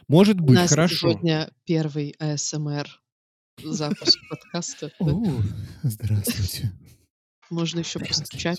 Может У быть, нас хорошо. сегодня первый АСМР запуск подкаста. Да. О, здравствуйте. Можно еще постучать.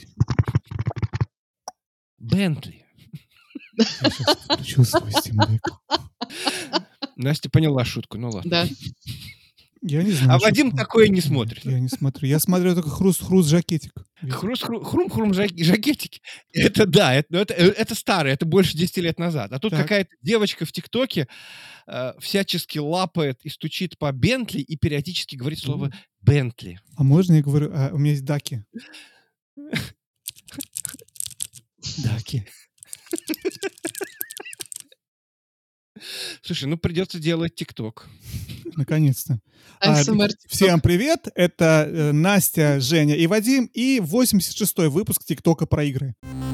Бентли. Я сейчас включу свой Steam Deck. Настя поняла шутку, ну ладно. Да. Я не знаю. А Вадим шутку. такое не Нет, смотрит. Я не смотрю. Я смотрю только хруст жакетик. Хрум-хрум жакетики. Это да, это старое, это больше 10 лет назад. А тут Так. какая-то девочка в ТикТоке всячески лапает и стучит по Бентли и периодически говорит слово Бентли. А можно я говорю, у меня есть даки? Даки. Слушай, ну придется делать ТикТок. Наконец-то. АСМР TikTok. Всем привет. Это Настя, Женя и Вадим. И 86-й выпуск ТикТока про игры.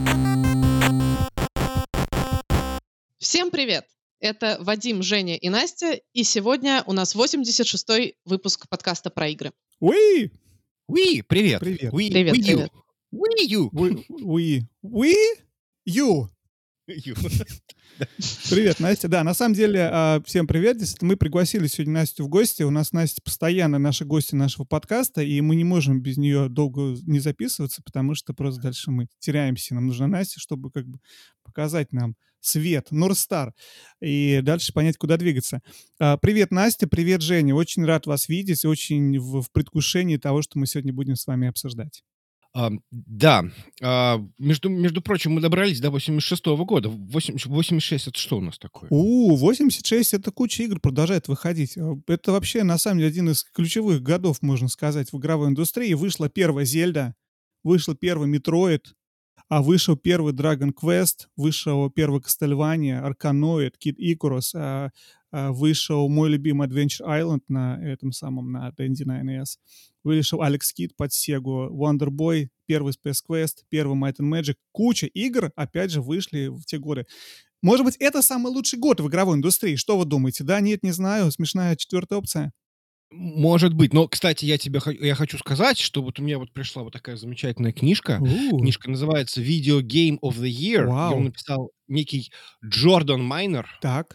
Всем привет! Это Вадим, Женя и Настя. И сегодня у нас 86-й выпуск подкаста про игры. Уи! Уи, привет. Привет. Уи, Привет, уи, привет. Уи, ю. Уи! Ю! Ю. Привет, Настя. Да, на самом деле, всем привет. Действительно, мы пригласили сегодня Настю в гости. У нас Настя постоянно наша гостья нашего подкаста, и мы не можем без нее долго не записываться, потому что просто дальше мы теряемся. Нам нужна Настя, чтобы как бы показать нам свет, Норстар, и дальше понять, куда двигаться. Привет, Настя, привет, Женя. Очень рад вас видеть, очень в предвкушении того, что мы сегодня будем с вами обсуждать. Да. Между прочим, мы добрались до 86-го года. 86 — это что у нас такое? 86 — это куча игр продолжает выходить. Это вообще, на самом деле, один из ключевых годов, можно сказать, в игровой индустрии. Вышла первая Зельда, вышел первый Метроид, вышел первый Dragon Quest, вышел первый Castlevania, Arkanoid, Kid Icarus, вышел мой любимый Adventure Island на этом самом, на Dendy на NES. Вышел Alex Kidd под Sega, Wonder Boy, первый Space Quest, первый Might and Magic. Куча игр, опять же, вышли в те годы. Может быть, это самый лучший год в игровой индустрии. Что вы думаете? Да, нет, не знаю. Смешная четвертая опция. Может быть. Но, кстати, я хочу сказать, что вот у меня вот пришла вот такая замечательная книжка. Книжка называется Video Game of the Year. Вау. Ее написал некий Джордан Майнер. Так.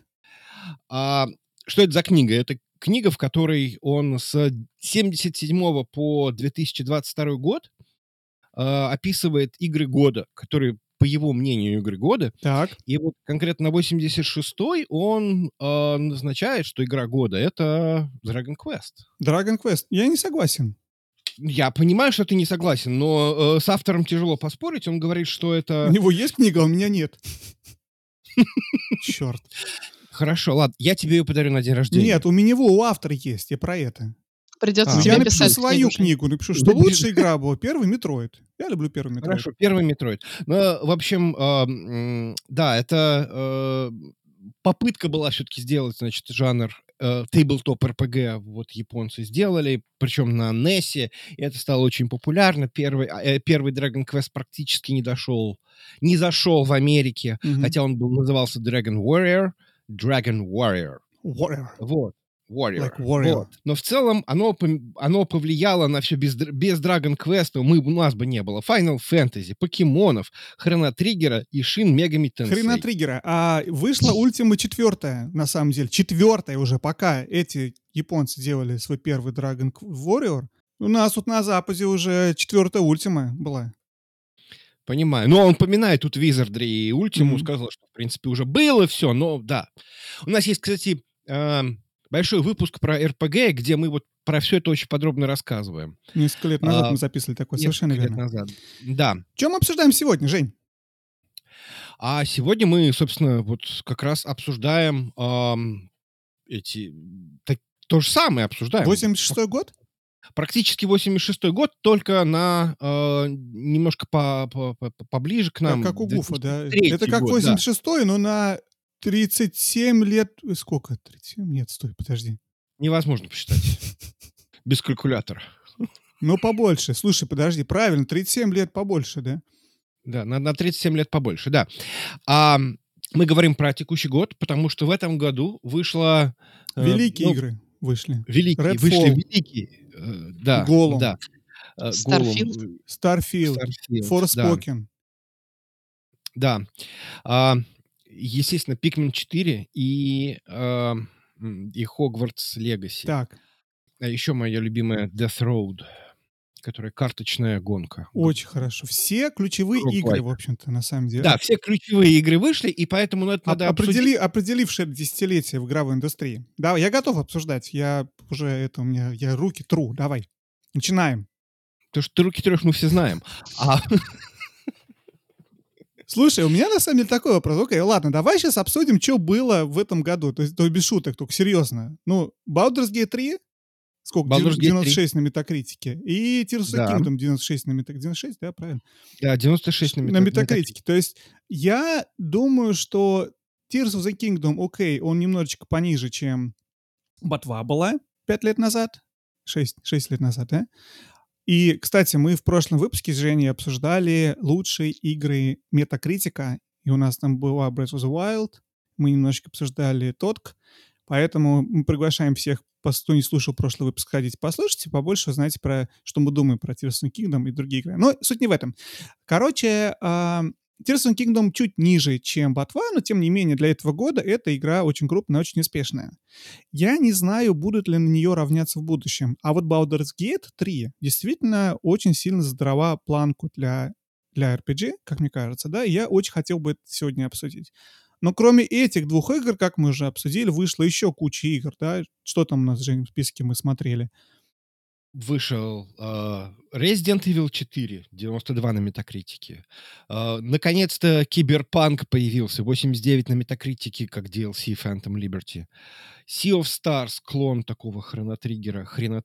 Что это за книга? Это книга, в которой он с 1977 по 2022 год описывает игры года, которые, по его мнению, игры года. Так. И вот конкретно на 86-й он назначает, что игра года — это Dragon Quest. Dragon Quest. Я не согласен. Я понимаю, что ты не согласен, но с автором тяжело поспорить. Он говорит, что это... У него есть книга, а у меня нет. Черт. Хорошо, ладно, я тебе ее подарю на день рождения. Нет, у меня у автора есть, я про это. Придется Я тебе напишу писать свою книгу. книгу, напишу, что лучшая игра была. Первый Метроид. Я люблю первый Метроид. Хорошо, первый Метроид. Ну, в общем, да, это попытка была все-таки сделать, значит, жанр Tabletop RPG. Вот японцы сделали, причем на NES, и это стало очень популярно. Первый Dragon Quest практически не зашел в Америке, хотя он назывался Dragon Warrior. Warrior. Вот. Warrior. Like warrior. Вот. Но в целом оно повлияло на все. Без Dragon Quest у нас бы не было Final Fantasy, покемонов, Chrono Trigger и Shin Megami Tensei. Chrono Trigger. Вышла Ultima 4, на самом деле. 4 уже, пока эти японцы делали свой первый Dragon Warrior. У нас тут на Западе уже 4 Ultima была. Понимаю. Но он поминает тут Wizardry и Ultima, сказал, что, в принципе, уже было все, но да. У нас есть, кстати, большой выпуск про RPG, где мы вот про все это очень подробно рассказываем. Несколько лет назад мы записывали такое, совершенно верно. Несколько лет назад, да. Что мы обсуждаем сегодня, Жень? А сегодня мы, собственно, вот как раз обсуждаем то же самое обсуждаем. 86-й год? Практически 86-й год, только на немножко поближе к нам. Как у Гуфа, да. 2003 Это как год, 86-й, но на 37 лет... Сколько? 37? Нет, стой, подожди. Невозможно посчитать. Без калькулятора. Ну, побольше. Слушай, подожди, правильно, 37 лет побольше, да? Да, на 37 лет побольше, да. Мы говорим про текущий год, потому что в этом году вышло... Великие игры вышли. Вышли великие. Да. Голум. Да. Starfield. Forspoken. Да. естественно, Pikmin 4 и Hogwarts Legacy. Так, А еще моя любимая Death Road, которая карточная гонка. очень хорошо. Все ключевые игры, Roguelike. в общем-то, на самом деле. Да, все ключевые игры вышли, и поэтому это надо обсудить. Определившее десятилетие в игровой индустрии. Да, я готов обсуждать. Я руки тру. Давай. Начинаем. То, что ты руки трешь, мы все знаем. А Слушай, у меня на самом деле такой вопрос. Окей, ладно, давай сейчас обсудим, что было в этом году. То есть, без шуток, только серьезно. Ну, Baldur's Gate 3, сколько? Baldur's Gate 3. 96 на Метакритике. И Tears of Да. Kingdom 96 на Метакритике. 96, да, правильно? Да, 96 На Метакритике. То есть я думаю, что Tears of the Kingdom, окей, он немножечко пониже, чем Ботва была 5 лет назад. 6 лет назад, да? И, кстати, мы в прошлом выпуске с Женей обсуждали лучшие игры Метакритика, и у нас там была Breath of the Wild, мы немножечко обсуждали Тотк, поэтому мы приглашаем всех, кто не слушал прошлый выпуск, ходить послушайте, побольше узнаете про, что мы думаем про Tears of the Kingdom и другие игры. Но суть не в этом. Короче, Tears of the Kingdom чуть ниже, чем Ботва, но тем не менее для этого года эта игра очень крупная, очень успешная. Я не знаю, будут ли на нее равняться в будущем. А вот Baldur's Gate 3 действительно очень сильно задрала планку для RPG, как мне кажется, да, и я очень хотел бы это сегодня обсудить. Но кроме этих двух игр, как мы уже обсудили, вышло еще куча игр, да. Что там у нас, Жень, в списке мы смотрели? Вышел Resident Evil 4, 92 на Метакритике. Наконец-то Киберпанк появился, 89 на Метакритике, как DLC Phantom Liberty. Sea of Stars, клон такого хронотриггера,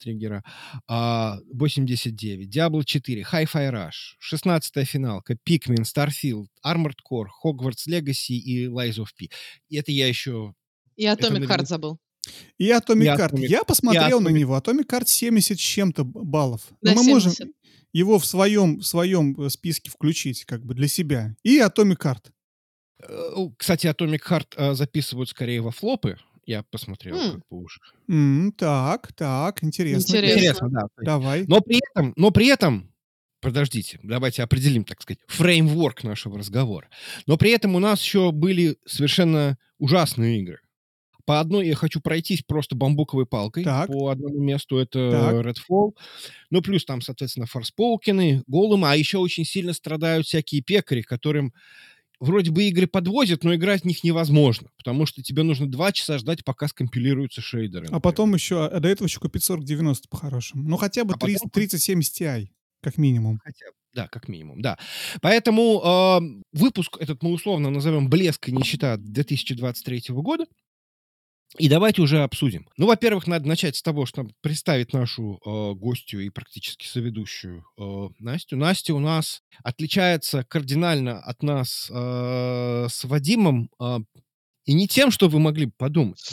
89. Diablo 4, Hi-Fi Rush, 16-я финалка, Pikmin, Starfield, Armored Core, Hogwarts Legacy и Lies of P. И это я еще... И Atomic Heart забыл. И Atomic И Heart. Atomic- Я посмотрел и на Atomic- него. Atomic Heart 70 с чем-то баллов. Да, Но мы можем 70. его в своем списке включить, как бы для себя. И Atomic Heart. Кстати, Atomic Heart записывают скорее во флопы. Я посмотрел, как бы уж. Так, интересно. Интересно. Да. Давай. Но при этом, подождите, давайте определим, так сказать, фреймворк нашего разговора. Но при этом у нас еще были совершенно ужасные игры. По одной я хочу пройтись просто бамбуковой палкой. Так. По одному месту это Так. Redfall. Ну, плюс там, соответственно, Forspoken, Голем, а еще очень сильно страдают всякие пекари, которым вроде бы игры подвозят, но играть в них невозможно, потому что тебе нужно 2 часа ждать, пока скомпилируются шейдеры. А потом еще, до этого еще купить 4090 по-хорошему. Ну, хотя бы А потом- 3070 Ti, как минимум. Хотя бы, да, как минимум, да. Поэтому выпуск этот мы условно назовем «Блеск и нищета 2023 года». И давайте уже обсудим. Ну, во-первых, надо начать с того, чтобы представить нашу гостью и практически соведущую Настю. Настя у нас отличается кардинально от нас с Вадимом, и не тем, что вы могли бы подумать,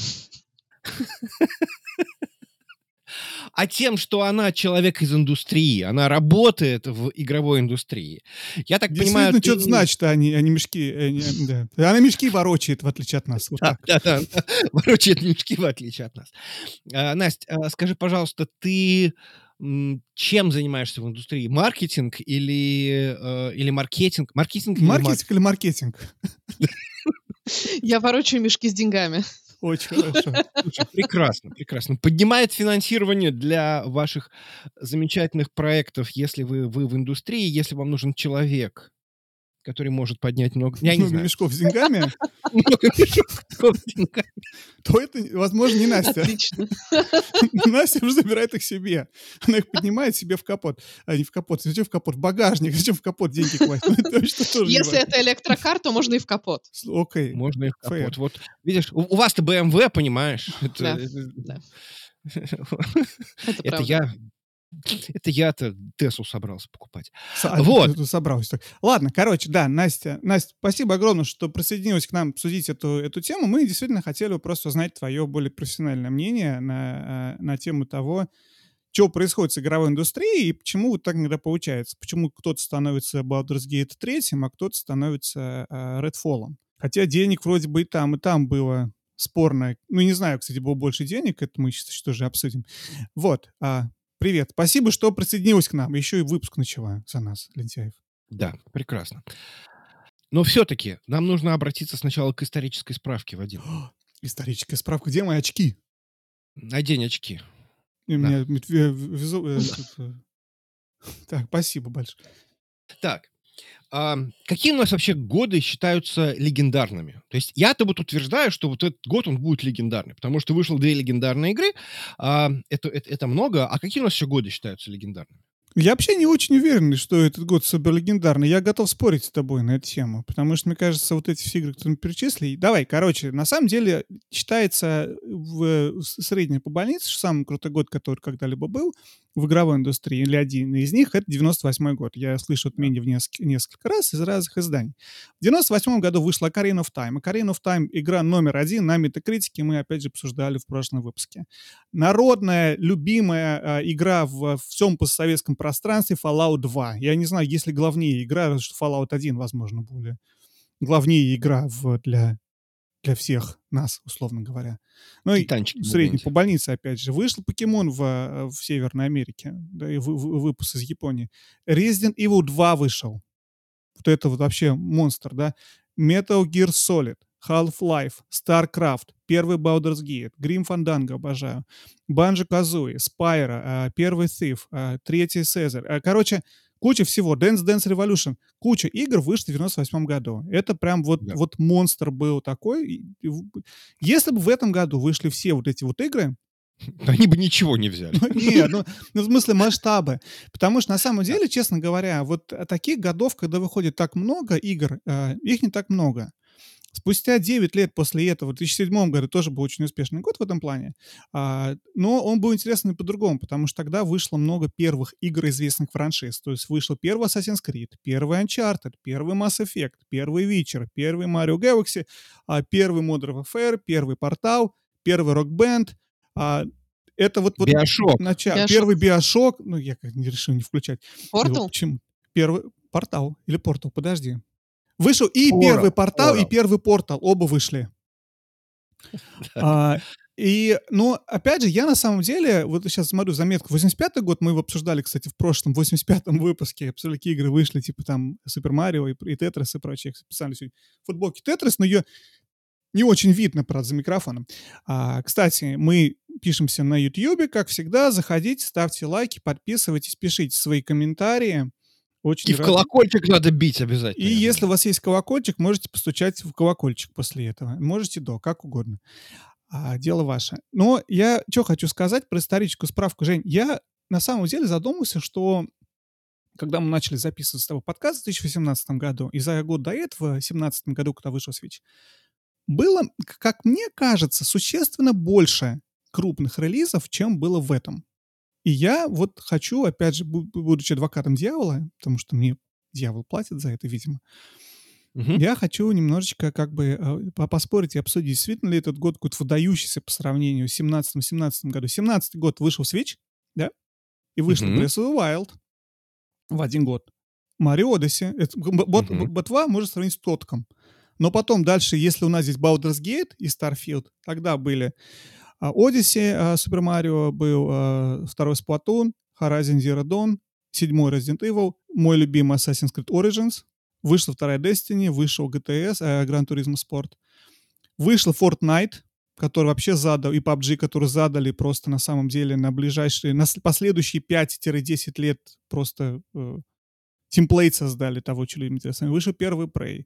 а тем, что она человек из индустрии, она работает в игровой индустрии. Я так понимаю... Действительно, что-то значит, а не мешки. Да. Она мешки ворочает, в отличие от нас. Вот так. Да, ворочает мешки, в отличие от нас. Настя, скажи, пожалуйста, ты чем занимаешься в индустрии? Маркетинг или маркетинг? Маркетинг или Маркетинг или маркетинг? Я ворочаю мешки с деньгами. Очень хорошо. Слушай, прекрасно, прекрасно. Поднимает финансирование для ваших замечательных проектов, если вы в индустрии, если вам нужен человек, который может поднять много... Я не Много знаю. мешков с деньгами, Много мешков с деньгами. то это, возможно, не Настя. Отлично. Настя уже забирает их себе. Она их поднимает себе в капот. А не в капот. Зачем в капот? В багажник. Зачем в капот деньги класть? Ну, это точно тоже не Если важно. это электрокар, то можно и в капот. Окей. Можно их Fair. капот. Вот, видишь, у вас-то BMW, понимаешь? Да, Это да. это правда. это я-то Теслу собрался покупать. Вот. Собрался. Так. Ладно, короче, да, Настя, спасибо огромное, что присоединилась к нам обсудить эту тему. Мы действительно хотели бы просто узнать твое более профессиональное мнение на тему того, что происходит с игровой индустрией и почему вот так иногда получается. Почему кто-то становится Baldur's Gate 3, а кто-то становится Redfall. Хотя денег вроде бы и там было спорно. Ну, не знаю, кстати, было больше денег, это мы сейчас тоже обсудим. Вот, привет. Спасибо, что присоединилась к нам. Еще и выпуск начала за нас, Лентяев. Да, прекрасно. Но все-таки нам нужно обратиться сначала к исторической справке, Вадим. Историческая справка. Где мои очки? Надень очки. И Да. меня Так, спасибо большое. Так, какие у нас вообще годы считаются легендарными? То есть я-то вот утверждаю, что вот этот год, он будет легендарный, потому что вышло 2 легендарные игры, это много. А какие у нас еще годы считаются легендарными? Я вообще не очень уверен, что этот год супер легендарный. Я готов спорить с тобой на эту тему, потому что, мне кажется, вот эти все игры, которые мы перечислили... Давай, короче, на самом деле считается среднее по больнице, что самый крутой год, который когда-либо был в игровой индустрии, или один из них, это 98 год. Я слышу это мнение в несколько раз из разных изданий. В 98 году вышла Ocarina of Time. Ocarina of Time — игра номер 1 на Metacritic, мы, опять же, обсуждали в прошлом выпуске. Народная, любимая игра в всем постсоветском пространстве Fallout 2. Я не знаю, есть ли главнее игра, разве что Fallout 1, возможно, более главнее игра для всех нас, условно говоря. Ну и Титанчик средний какой-нибудь. по больнице, опять же. Вышел покемон в Северной Америке, да, и выпуск из Японии. Resident Evil 2 вышел. Вот это вот вообще монстр, да. Metal Gear Solid, Half-Life, StarCraft, первый Baldur's Gate, Grim Fandango обожаю, Banjo-Kazooie, Spyro, первый Thief, третий Caesar. Короче, куча всего. Dance Dance Revolution. Куча игр вышла в 98 году. Это прям Да. вот монстр был такой. Если бы в этом году вышли все вот эти вот игры, Они бы ничего не взяли. нет, в смысле масштабы. Потому что, на самом деле, честно говоря, вот таких годов, когда выходит так много игр, их не так много. Спустя 9 лет после этого, в 2007 году, тоже был очень успешный год в этом плане, но он был интересный по-другому, потому что тогда вышло много первых игр известных франшиз. То есть вышел первый Assassin's Creed, первый Uncharted, первый Mass Effect, первый Witcher, первый Mario Galaxy, первый Modern Warfare, первый Portal, первый Rock Band. Это вот Биошок. первый Биошок, ну, я как не решил не включать. Портал? Почему? Первый Портал или Портал, подожди. Вышел и Порал, первый Портал, и Порал. первый Портал. Оба вышли. Но, опять же, я на самом деле, вот сейчас смотрю заметку, 85-й год, мы его обсуждали, кстати, в прошлом, в 85-м выпуске, обсуждали, какие игры вышли, типа там Супер Марио и Тетрис и прочее. Специально сегодня футболки Тетрис, но ее не очень видно, правда, за микрофоном. Кстати, мы пишемся на Ютьюбе, как всегда. Заходите, ставьте лайки, подписывайтесь, пишите свои комментарии. Очень И в колокольчик надо бить обязательно. И если у вас есть колокольчик, можете постучать в колокольчик после этого. Можете как угодно. Дело ваше. Но я что хочу сказать про историческую справку, Жень. Я на самом деле задумался, что когда мы начали записывать с тобой подкаст в 2018 году, и за год до этого, в 2017 году, когда вышел Switch, было, как мне кажется, существенно больше крупных релизов, чем было в этом. И я вот хочу, опять же, будучи адвокатом дьявола, потому что мне дьявол платит за это, видимо, я хочу немножечко как бы поспорить и обсудить, действительно ли этот год какой-то выдающийся по сравнению с 17-18 году. 17-й год вышел Switch, да, и вышел Breath of the Wild в один год. Mario Odyssey, ботва может сравнить с Тотком. Но потом дальше, если у нас здесь Baldur's Gate и Starfield, тогда были Odyssey, Super Mario, был второй Splatoon, Horizon Zero Dawn, 7-й Resident Evil, мой любимый Assassin's Creed Origins, вышла вторая Destiny, вышел GTS, Gran Turismo Sport, вышел Fortnite, который вообще задал, и PUBG, который задали просто на самом деле на последующие 5-10 лет просто темплейт создали того, что людям интересно. Вышел первый Prey.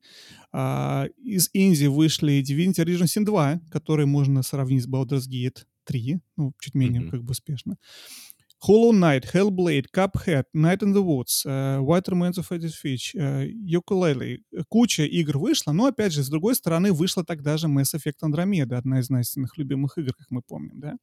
Из инди вышли Divinity Original Sin 2, который можно сравнить с Baldur's Gate 3, ну, чуть менее как бы успешно. Hollow Knight, Hellblade, Cuphead, Night in the Woods, White Remains of Edith Finch, Yooka-Laylee. Куча игр вышла, но, опять же, с другой стороны, вышла тогда же Mass Effect Andromeda, одна из Настиных любимых игр, как мы помним, да?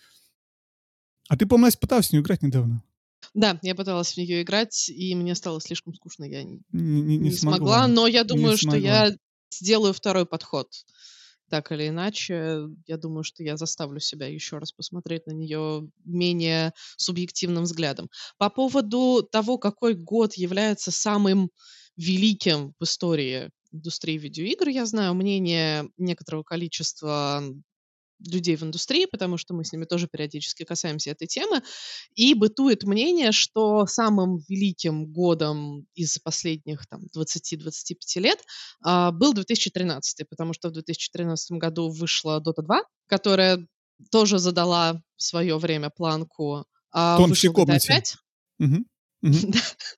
А ты, по-моему, Настя, пыталась в нее играть недавно. Да, я пыталась в нее играть, и мне стало слишком скучно, я не смогла, но я думаю, что смогла. я сделаю второй подход. Так или иначе, я думаю, что я заставлю себя еще раз посмотреть на нее менее субъективным взглядом. По поводу того, какой год является самым великим в истории индустрии видеоигр, я знаю мнение некоторого количества людей в индустрии, потому что мы с ними тоже периодически касаемся этой темы, и бытует мнение, что самым великим годом из последних там 20-25 лет был 2013, потому что в 2013 году вышла Dota 2, которая тоже задала в свое время планку, Тон в вышла GTA комнате. 5. Мгм. Мгм.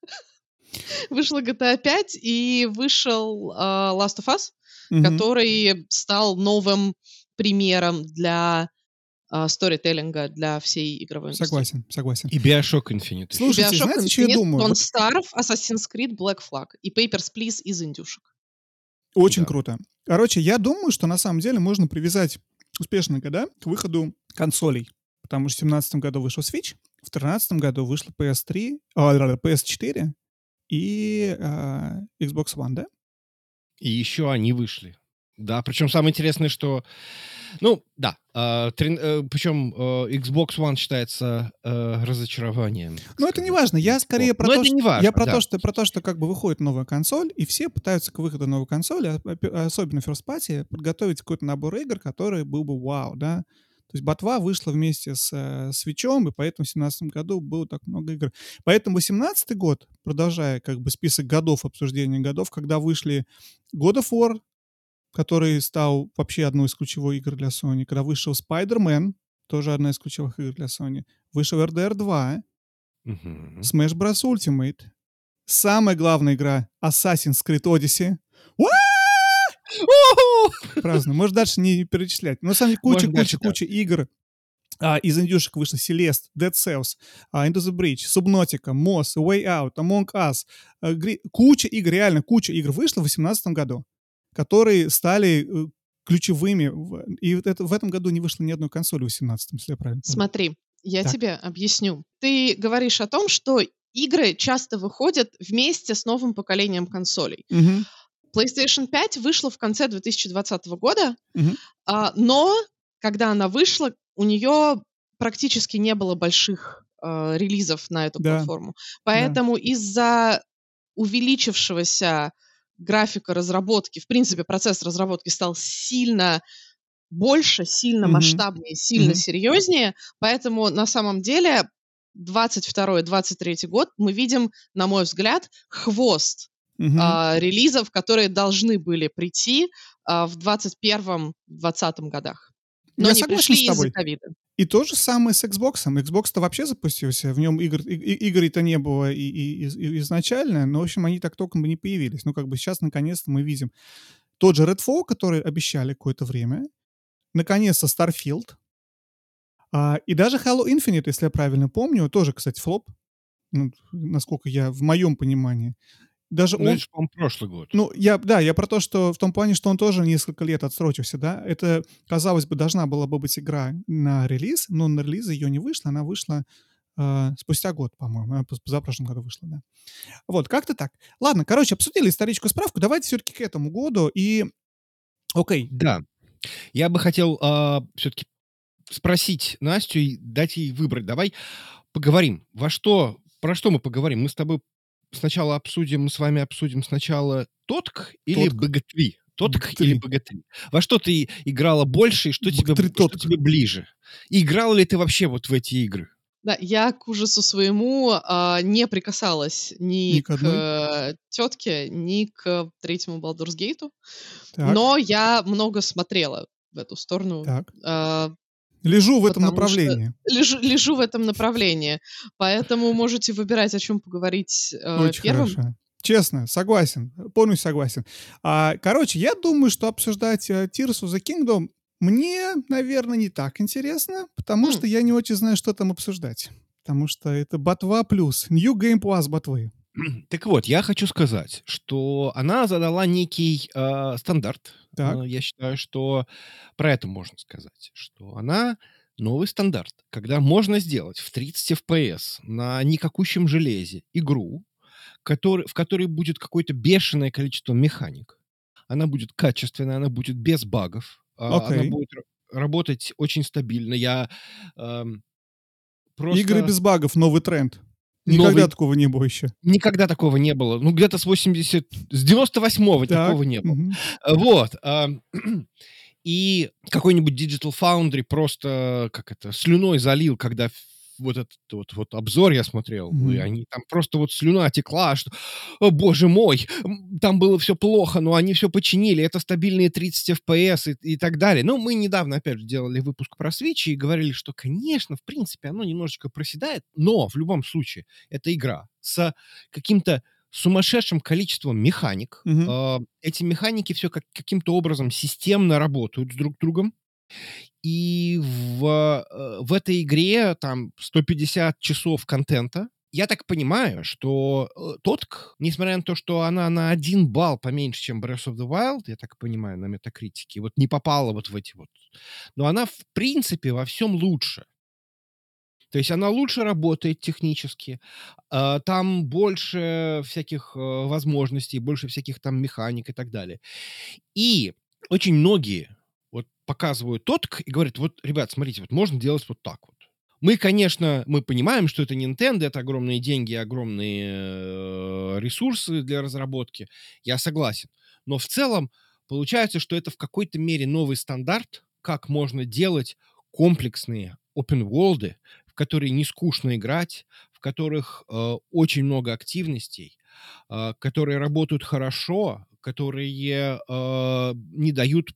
Вышла GTA 5 и вышел Last of Us, Мгм. который стал новым примером для сторителлинга для всей игровой индустрии. Согласен. И Bioshock Infinite еще. Слушайте, Bioshock знаете, что я Infinite, думаю? Don't Вот Starve, Assassin's Creed, Black Flag и Papers, Please из индюшек. очень Да. круто. Короче, я думаю, что на самом деле можно привязать успешные года к выходу консолей. Потому что в 2017 году вышел Switch, в 2013 году вышла PS4 и Xbox One, да? И еще они вышли. Да, причем самое интересное, что... Ну, да. Причем Xbox One считается разочарованием. так Но это не сказать, важно. Я для скорее Xbox. про Но то, это что не важно, я про да. то, что как бы выходит новая консоль, и все пытаются к выходу новой консоли, особенно First Party, подготовить какой-то набор игр, который был бы вау, да. То есть Ботва вышла вместе с Switch'ом, и поэтому в 2017 году было так много игр. Поэтому 2018 год, продолжая как бы список годов, обсуждения годов, когда вышли God of War, который стал вообще одной из ключевых игр для Sony, когда вышел Spider-Man, тоже одна из ключевых игр для Sony, вышел RDR 2, Мгм. Smash Bros. Ultimate, самая главная игра Assassin's Creed Odyssey. Уа! Праздную. Может, дальше не перечислять. Но на самом деле Можно дальше, да. куча игр. Из индюшек вышла Celeste, Dead Cells, Into the Breach, Subnautica, Moss, A Way Out, Among Us. Куча игр, реально куча игр вышла в 2018 году, которые стали ключевыми. И в этом году не вышло ни одной консоли в 2018, если я правильно помню. Смотри, я Так. тебе объясню. Ты говоришь о том, что игры часто выходят вместе с новым поколением консолей. Мгм. PlayStation 5 вышла в конце 2020 года, Мгм. но когда она вышла, у нее практически не было больших релизов на эту Да, платформу. Поэтому из-за увеличившегося графика разработки, в принципе, процесс разработки стал сильно больше, сильно Мгм. масштабнее, сильно Мгм. серьезнее. Поэтому на самом деле 22-23 год мы видим, на мой взгляд, хвост Мгм. релизов, которые должны были прийти в 21-20 годах. Но Я не согласен с пришли из-за тобой. ковида. И то же самое с Xbox. Xbox-то вообще запустился, в нем игр-то не было и изначально, но, в общем, они так толком бы не появились. Ну, как бы сейчас, наконец-то, мы видим тот же Redfall, который обещали какое-то время, наконец-то Starfield, и даже Halo Infinite, если я правильно помню, тоже, кстати, флоп, ну, насколько я, в моем понимании. Даже Ну, он... это же, по-моему, прошлый год. Ну, я про то, что в том плане, что он тоже несколько лет отсрочился, да. Это, казалось бы, должна была бы быть игра на релиз, но на релиз ее не вышло, она вышла спустя год, по-моему. Она позапрошлом году вышла, да. Вот, как-то так. Ладно, короче, обсудили историческую справку, давайте все-таки к этому году и... Окей. Да. Я бы хотел все-таки спросить Настю и дать ей выбрать. Давай поговорим. Про что мы поговорим? Мы с тобой мы с вами обсудим сначала Тотк или Тотк. БГ-3? Тотк БГ-3. или БГ-3? Во что ты играла больше и что тебе ближе? И играла ли ты вообще вот в эти игры? Да, я к ужасу своему не прикасалась ни Ни к одной? к тетке, ни к третьему Baldur's Gate, Так, но я много смотрела в эту сторону. так. а, Лежу в этом Потому что направлении. лежу в этом направлении. Поэтому можете выбирать, о чем поговорить Очень первым. хорошо. Честно, согласен. Полностью согласен. Короче, я думаю, что обсуждать Tears of the Kingdom мне, наверное, не так интересно, потому что я не очень знаю, что там обсуждать. Потому что это ботва плюс. New Game Plus ботвы. Так вот, я хочу сказать, что она задала некий стандарт. Так. Я считаю, что про это можно сказать, что она новый стандарт, когда можно сделать в 30 FPS на никакущем железе игру, в которой будет какое-то бешеное количество механик. Она будет качественная, она будет без багов, она Окей. будет работать очень стабильно. Я Игры просто... без багов — новый тренд. Никогда такого не было еще. Никогда такого не было. Ну, где-то с 98-го Так. такого не было. Мгм. Вот. и какой-нибудь Digital Foundry просто, слюной залил, когда вот этот вот обзор я смотрел, и они там просто вот слюна текла, что, о боже мой, там было все плохо, но они все починили, это стабильные 30 FPS и так далее. Ну, мы недавно, опять же, делали выпуск про Switch и говорили, что, конечно, в принципе, оно немножечко проседает, но в любом случае, это игра с каким-то сумасшедшим количеством механик. Эти механики все каким-то образом системно работают друг с другом. И в этой игре там 150 часов контента. Я так понимаю, что Тотк, несмотря на то, что она на 1 балл поменьше, чем Breath of the Wild, я так понимаю, на метакритике, вот не попала вот в эти вот. Но она, в принципе, во всем лучше. То есть она лучше работает технически, там больше всяких возможностей, больше всяких там механик и так далее. И очень многие вот показывают Тотк и говорят, вот, ребят, смотрите, вот можно делать вот так вот. Мы, конечно, мы понимаем, что это Nintendo, это огромные деньги, огромные ресурсы для разработки. Я согласен. Но в целом получается, что это в какой-то мере новый стандарт, как можно делать комплексные open-world, в которые не скучно играть, в которых очень много активностей, которые работают хорошо, которые не дают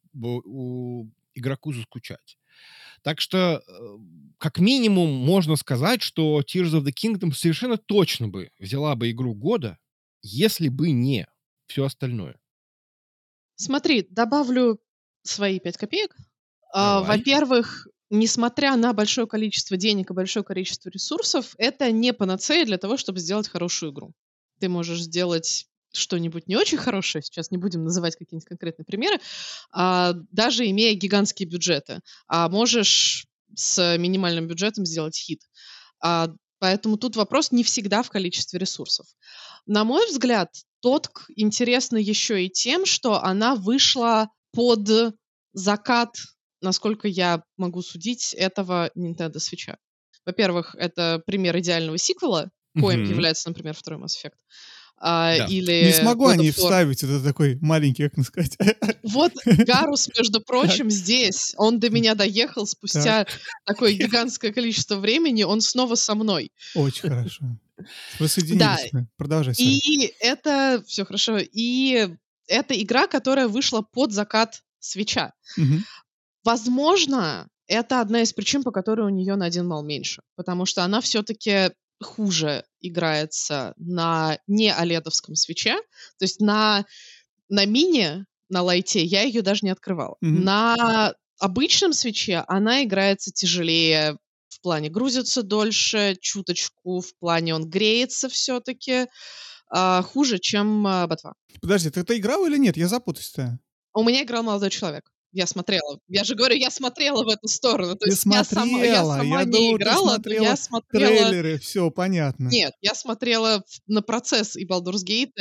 игроку заскучать. Так что, как минимум, можно сказать, что Tears of the Kingdom совершенно точно бы взяла бы игру года, если бы не все остальное. Смотри, добавлю свои 5 копеек. Давай. Во-первых, несмотря на большое количество денег и большое количество ресурсов, это не панацея для того, чтобы сделать хорошую игру. Ты можешь сделать что-нибудь не очень хорошее, сейчас не будем называть какие-нибудь конкретные примеры, даже имея гигантские бюджеты. А можешь с минимальным бюджетом сделать хит. Поэтому тут вопрос не всегда в количестве ресурсов. На мой взгляд, Тотк интересна еще и тем, что она вышла под закат, насколько я могу судить, этого Nintendo Switch'а. Во-первых, это пример идеального сиквела, коим является, например, второй Mass Effect. Да. Или Не смогу God они of War. вставить, это такой маленький, как сказать. Вот Гарус, между прочим, здесь. Он до меня доехал спустя такое гигантское количество времени, он снова со мной. Очень хорошо. Да, Воссоединились мы. Продолжай, sorry. и это все хорошо. И это игра, которая вышла под закат Свитча. Мгм. Возможно, это одна из причин, по которой у нее на 1 балл меньше. Потому что она все-таки хуже играется на не оледовском свитче. То есть на мини, на лайте я ее даже не открывала. Мгм. На обычном свитче она играется тяжелее в плане грузится дольше, чуточку в плане он греется все-таки хуже, чем ботва. Подожди, ты играл или нет? Я запутаюсь-то. У меня играл молодой человек. Я смотрела. Я же говорю, я смотрела в эту сторону. То Ты есть я смотрела. сама Я не думал, ты играла, но я смотрела смотрела... трейлеры. Все понятно. Нет, я смотрела на процесс и Baldur's Gate,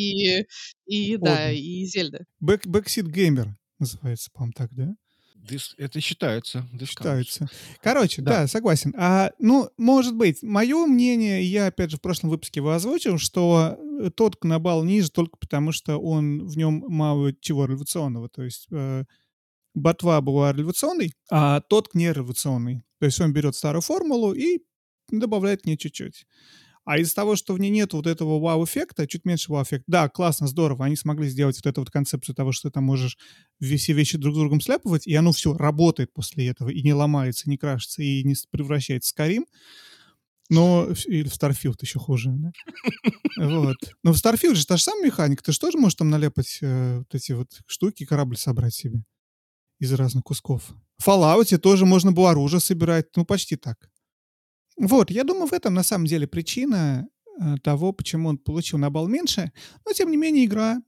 да, Обе. и Зельды. Backseat Gamer называется, по-моему, так, да? Это считается. Считается. Короче, Да. да, согласен. Ну, может быть, мое мнение, я, опять же, в прошлом выпуске его озвучил, что Тотк на балл ниже только потому, что в нем мало чего революционного. То есть ботва была революционной, а Тотк не революционный. То есть он берет старую формулу и добавляет в нее чуть-чуть. А из-за того, что в ней нет вот этого вау-эффекта, чуть меньше вау-эффекта, да, классно, здорово, они смогли сделать вот эту вот концепцию того, что ты там можешь все вещи друг с другом сляпывать, и оно все работает после этого, и не ломается, не крашится, и не превращается в Skyrim, или в Starfield еще хуже, да? Вот. Но в Starfield же та же самая механика, ты же тоже можешь там наляпать вот эти вот штуки, корабль собрать себе из разных кусков. В Fallout тоже можно было оружие собирать, ну, почти так. Вот, я думаю, в этом на самом деле причина того, почему он получил на балл меньше. Но, тем не менее, игра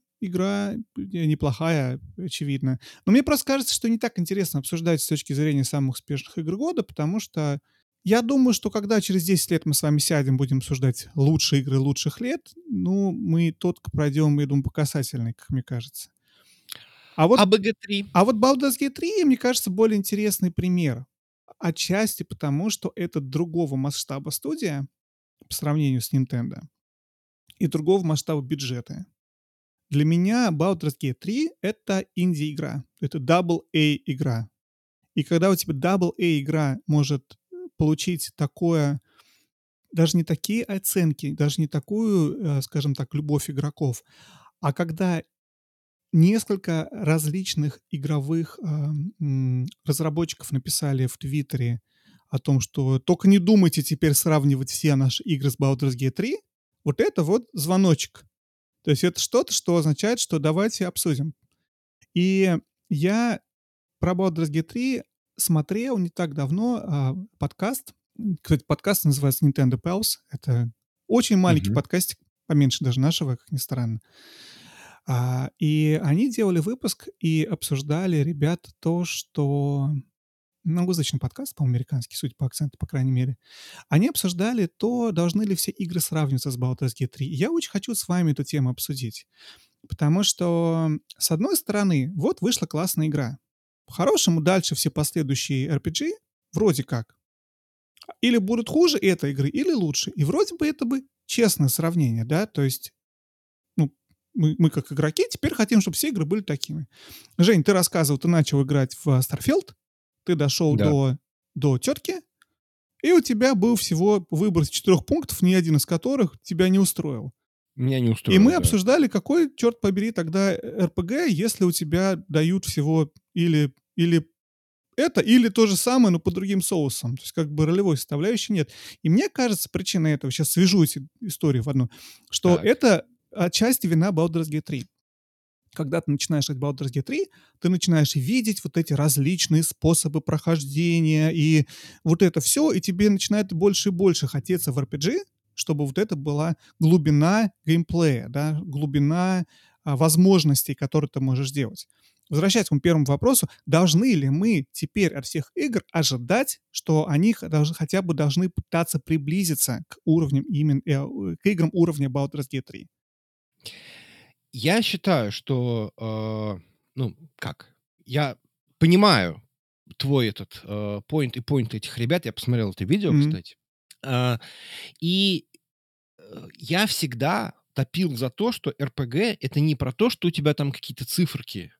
неплохая, очевидно. Но мне просто кажется, что не так интересно обсуждать с точки зрения самых успешных игр года, потому что я думаю, что когда через 10 лет мы с вами сядем, будем обсуждать лучшие игры лучших лет, ну, мы тотко пройдем, я думаю, по касательной, как мне кажется. А вот BG3. Baldur's Gate 3, мне кажется, более интересный пример. Отчасти потому, что это другого масштаба студия по сравнению с Nintendo и другого масштаба бюджета. Для меня Baldur's Gate 3 — это инди-игра, это AA-игра. И когда у тебя AA-игра может получить такое, даже не такие оценки, даже не такую, скажем так, любовь игроков, а когда несколько различных игровых разработчиков написали в Твиттере о том, что только не думайте теперь сравнивать все наши игры с Baldur's Gate 3, вот это вот звоночек. То есть это что-то, что означает, что давайте обсудим. И я про Baldur's Gate 3 смотрел не так давно подкаст. Кстати, подкаст называется Nintendo Pals. Это очень маленький Мгм. подкастик, поменьше даже нашего, как ни странно. И они делали выпуск и обсуждали, ребята, то, что... Ну, англоязычный подкаст, по-моему, американский, судя по акценту, по крайней мере. Они обсуждали то, должны ли все игры сравниваться с Baldur's Gate 3. И я очень хочу с вами эту тему обсудить. Потому что, с одной стороны, вот вышла классная игра. По-хорошему, дальше все последующие RPG вроде как или будут хуже этой игры, или лучше. И вроде бы это бы честное сравнение, да, то есть, ну, мы как игроки теперь хотим, чтобы все игры были такими. Жень, ты рассказывал, ты начал играть в Starfield, ты дошел Да. до тетки, и у тебя был всего выбор из 4 пунктов, ни один из которых тебя не устроил. Меня не И устроило, мы да. обсуждали, какой, черт побери, тогда РПГ, если у тебя дают всего или это, или то же самое, но по другим соусам. То есть как бы ролевой составляющей нет. И мне кажется, причина этого, сейчас свяжу эти истории в одну, что Так. это отчасти вина Baldur's Gate 3. Когда ты начинаешь играть Baldur's Gate 3, ты начинаешь видеть вот эти различные способы прохождения и вот это все, и тебе начинает больше и больше хотеться в RPG, чтобы вот это была глубина геймплея, да, глубина возможностей, которые ты можешь делать. Возвращаясь к моему первому вопросу, должны ли мы теперь от всех игр ожидать, что они хотя бы должны пытаться приблизиться к уровням к играм уровня Baldur's Gate 3? Я считаю, что, ну, как, я понимаю твой этот, поинт и поинт этих ребят. Я посмотрел это видео, Мгм. кстати. А, и, я всегда топил за то, что РПГ — это не про то, что у тебя там какие-то циферки,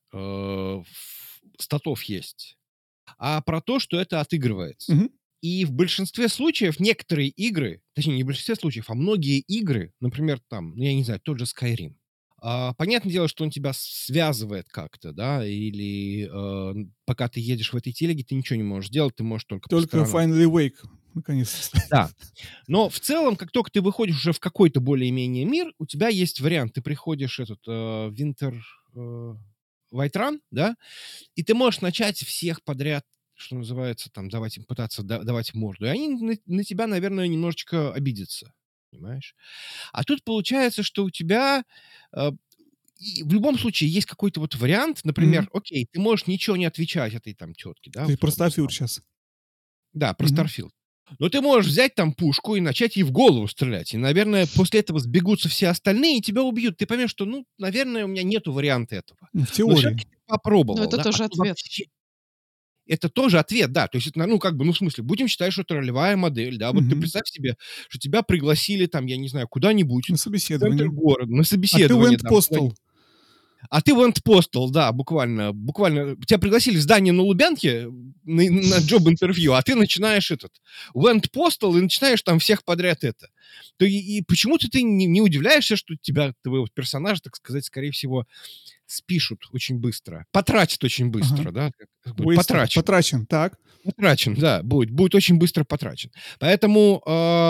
статов есть, а про то, что это отыгрывается. Мгм. И в большинстве случаев некоторые игры, точнее, не в большинстве случаев, а многие игры, например, там, ну, я не знаю, тот же Skyrim, понятное дело, что он тебя связывает как-то, да, или пока ты едешь в этой телеге, ты ничего не можешь делать, ты можешь только по Только сторонам. Finally Wake наконец-то. Да. Но в целом, как только ты выходишь уже в какой-то более-менее мир, у тебя есть вариант. Ты приходишь Winter Whiterun, да, и ты можешь начать всех подряд, что называется, там, давать им пытаться давать морду. И они на тебя, наверное, немножечко обидятся. Понимаешь? А тут получается, что у тебя э, и в любом случае есть какой-то вот вариант, Мгм. например, окей, ты можешь ничего не отвечать этой там тетке, да, Ты вот про этому Starfield самому. сейчас. Да, про Мгм. Starfield. Но ты можешь взять там пушку и начать ей в голову стрелять. И, наверное, после этого сбегутся все остальные и тебя убьют. Ты поймешь, что, ну, наверное, у меня нету варианта этого. В Но теории. все-таки ты Но попробовал, это да? А тоже то ответ. вообще это тоже ответ, да. То есть это, ну, как бы, ну, в смысле, будем считать, что это ролевая модель, да. Вот ты Мгм. представь себе, что тебя пригласили там, я не знаю, куда-нибудь На в центр собеседовании. города на А ты собеседование Went там Postal. куда-нибудь. А ты в Endpostal, да, буквально. Тебя пригласили в здание на Лубянке на джоб-интервью, а ты начинаешь в Endpostal и начинаешь там всех подряд это. То и почему-то ты не удивляешься, что тебя, твоего персонажа, так сказать, скорее всего, спишут очень быстро, потратят очень Ага. быстро, да, будет Wasted. потрачен. Потрачен. Так. Потрачен, да, будет очень быстро потрачен. Поэтому,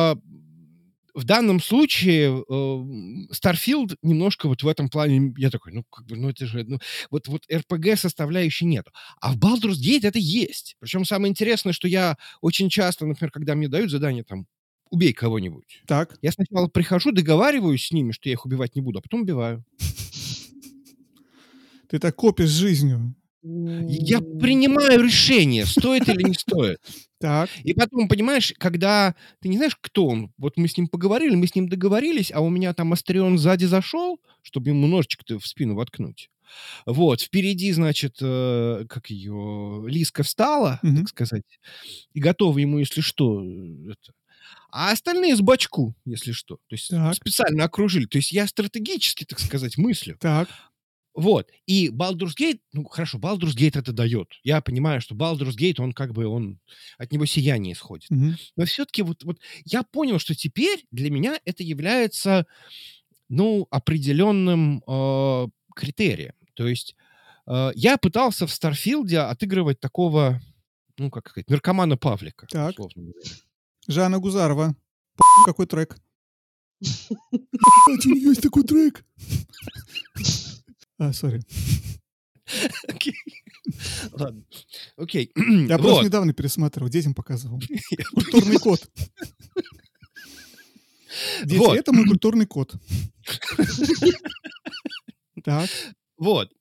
в данном случае, Starfield немножко вот в этом плане, я такой, ну, как бы, ну, это же, ну, вот RPG составляющей нету. А в Baldur's Gate это есть. Причем самое интересное, что я очень часто, например, когда мне дают задание там: "Убей кого-нибудь", Так. я сначала прихожу, договариваюсь с ними, что я их убивать не буду, а потом убиваю. Ты так копишь с жизнью. Я принимаю решение, стоит или не стоит. Так. И потом, понимаешь, когда ты не знаешь, кто он, вот мы с ним поговорили, мы с ним договорились, а у меня там Астрион сзади зашел, чтобы ему ножичек-то в спину воткнуть. Вот, впереди, значит, как ее, Лиска встала, Мгм. так сказать, и готова ему, если что, это. А остальные с бочку, если что. То есть Так, специально окружили. То есть я стратегически, так сказать, мыслю. так. Вот. И Baldur's Gate, ну, хорошо, Baldur's Gate это дает. Я понимаю, что Baldur's Gate, он как бы, от него сияние исходит. Мгм. Но все-таки вот я понял, что теперь для меня это является, ну, определенным критерием. То есть я пытался в Старфилде отыгрывать такого, ну, как сказать, наркомана Павлика, Так. условно говоря. Жанна Гузарова. Какой трек? Один есть такой трек. Сори. Окей. Ладно. Окей. Я просто Вот. недавно пересматривал, детям показывал. Культурный код. Дети, Вот. это мой культурный код. Так. Вот.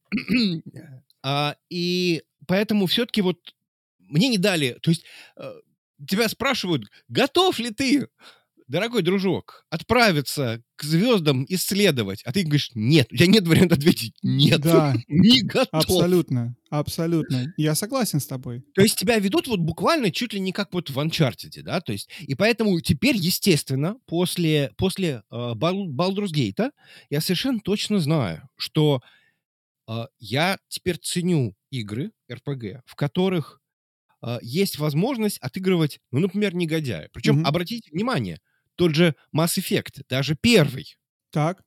И поэтому все-таки вот мне не дали... То есть тебя спрашивают, готов ли ты, дорогой дружок, отправиться к звездам исследовать? А ты говоришь, нет. У тебя нет варианта ответить нет. Да, Не готов. абсолютно, абсолютно. Я согласен с тобой. То есть тебя ведут вот буквально чуть ли не как вот в Uncharted, да, то есть, и поэтому теперь, естественно, после Baldur's Gate я совершенно точно знаю, что я теперь ценю игры RPG, в которых есть возможность отыгрывать, ну, например, негодяя. Причем, Мгм. обратите внимание, тот же Mass Effect, даже первый, Так.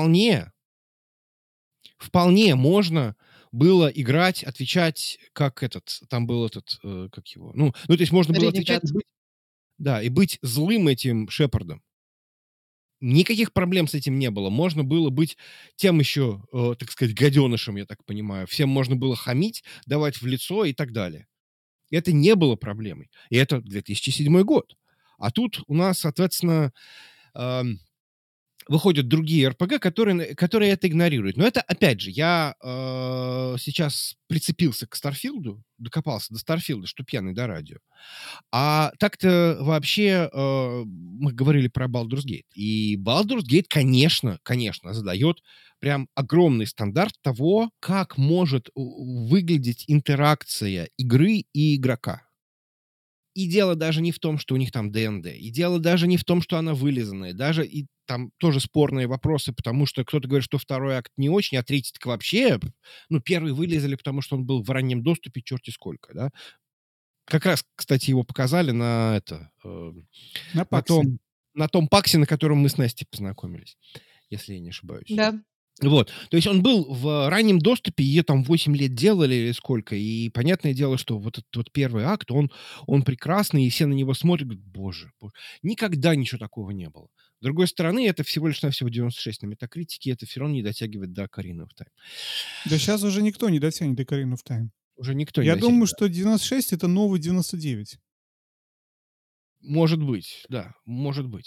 вполне можно было играть, отвечать, как там был как его, то есть можно было отвечать, Ренегат. и быть злым этим Шепардом. Никаких проблем с этим не было. Можно было быть тем еще, так сказать, гаденышем, я так понимаю. Всем можно было хамить, давать в лицо и так далее. Это не было проблемой. И это 2007 год. А тут у нас, соответственно, ам, выходят другие РПГ, которые это игнорируют. Но это, опять же, я сейчас прицепился к Старфилду, докопался до Старфилда, что пьяный до радио. А так-то вообще мы говорили про Baldur's Gate. И Baldur's Gate, конечно, задает прям огромный стандарт того, как может выглядеть интеракция игры и игрока. И дело даже не в том, что у них там ДНД. И дело даже не в том, что она вылизанная. Даже и там тоже спорные вопросы, потому что кто-то говорит, что второй акт не очень, а третий так вообще... Ну, первый вылезали, потому что он был в раннем доступе черти сколько, да? Как раз, кстати, его показали на На Паксе. на том паксе, на котором мы с Настей познакомились, если я не ошибаюсь. Да. Вот. То есть он был в раннем доступе, ее там 8 лет делали или сколько, и понятное дело, что вот этот вот первый акт, он прекрасный, и все на него смотрят, говорят, боже, никогда ничего такого не было. С другой стороны, это всего лишь навсего 96 на метакритике, это все равно не дотягивает до Ocarina of Time. Да сейчас уже никто не дотянет до Ocarina of Time. Уже никто не Я дотягивает. думаю, что 96 — это новый 99. Может быть, да, может быть.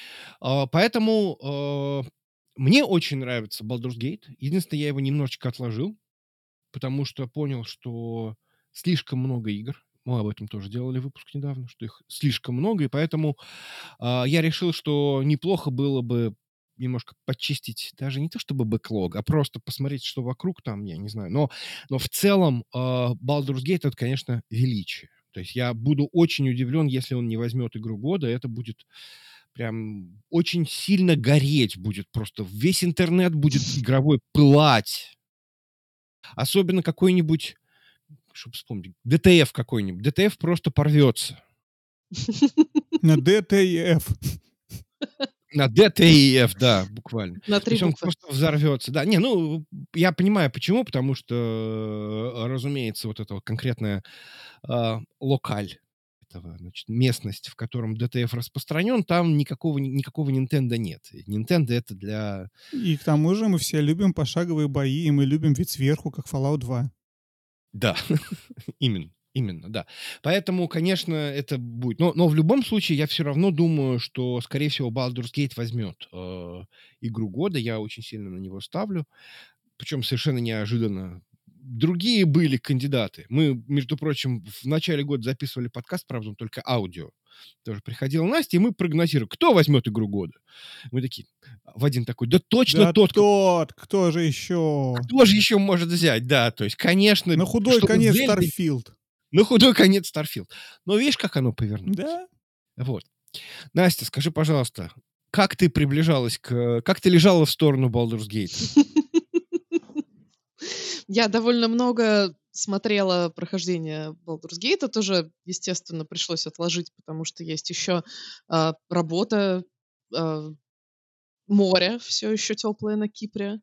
Поэтому мне очень нравится Baldur's Gate. Единственное, я его немножечко отложил, потому что понял, что слишком много игр. Мы об этом тоже делали выпуск недавно, что их слишком много, и поэтому я решил, что неплохо было бы немножко почистить, даже не то чтобы бэклог, а просто посмотреть, что вокруг там, я не знаю. Но в целом Baldur's Gate — это, конечно, величие. То есть я буду очень удивлен, если он не возьмет игру года. Это будет прям очень сильно гореть будет просто. Весь интернет будет игровой пылать. Особенно какой-нибудь, чтобы вспомнить, ДТФ какой-нибудь. ДТФ просто порвется. На ДТФ. На ДТФ, да, буквально. На То 3 есть он буквы. просто взорвется. Да, я понимаю, почему, потому что, разумеется, вот эта вот конкретная локаль, значит, местность, в котором ДТФ распространен, там никакого Nintendo нет. Nintendo это для... И к тому же мы все любим пошаговые бои, и мы любим вид сверху, как Fallout 2. Да, именно, да. Поэтому, конечно, это будет... Но в любом случае я все равно думаю, что, скорее всего, Baldur's Gate возьмет игру года. Я очень сильно на него ставлю. Причем совершенно неожиданно. Другие были кандидаты. Мы, между прочим, в начале года записывали подкаст, правда, он только аудио. Тоже приходила Настя, и мы прогнозируем, кто возьмет игру года. Мы такие, Вадим такой, да точно Да тот. кто же еще? Кто же еще может взять? Да, то есть, конечно... На худой чтобы конец Зельда- Starfield. На худой конец Starfield. Но видишь, как оно повернулось? Да? Вот. Настя, скажи, пожалуйста, как ты приближалась как ты лежала в сторону Baldur's Gate? Я довольно много смотрела прохождение Baldur's Gate. Тоже, естественно, пришлось отложить, потому что есть еще работа, а, море все еще теплое на Кипре.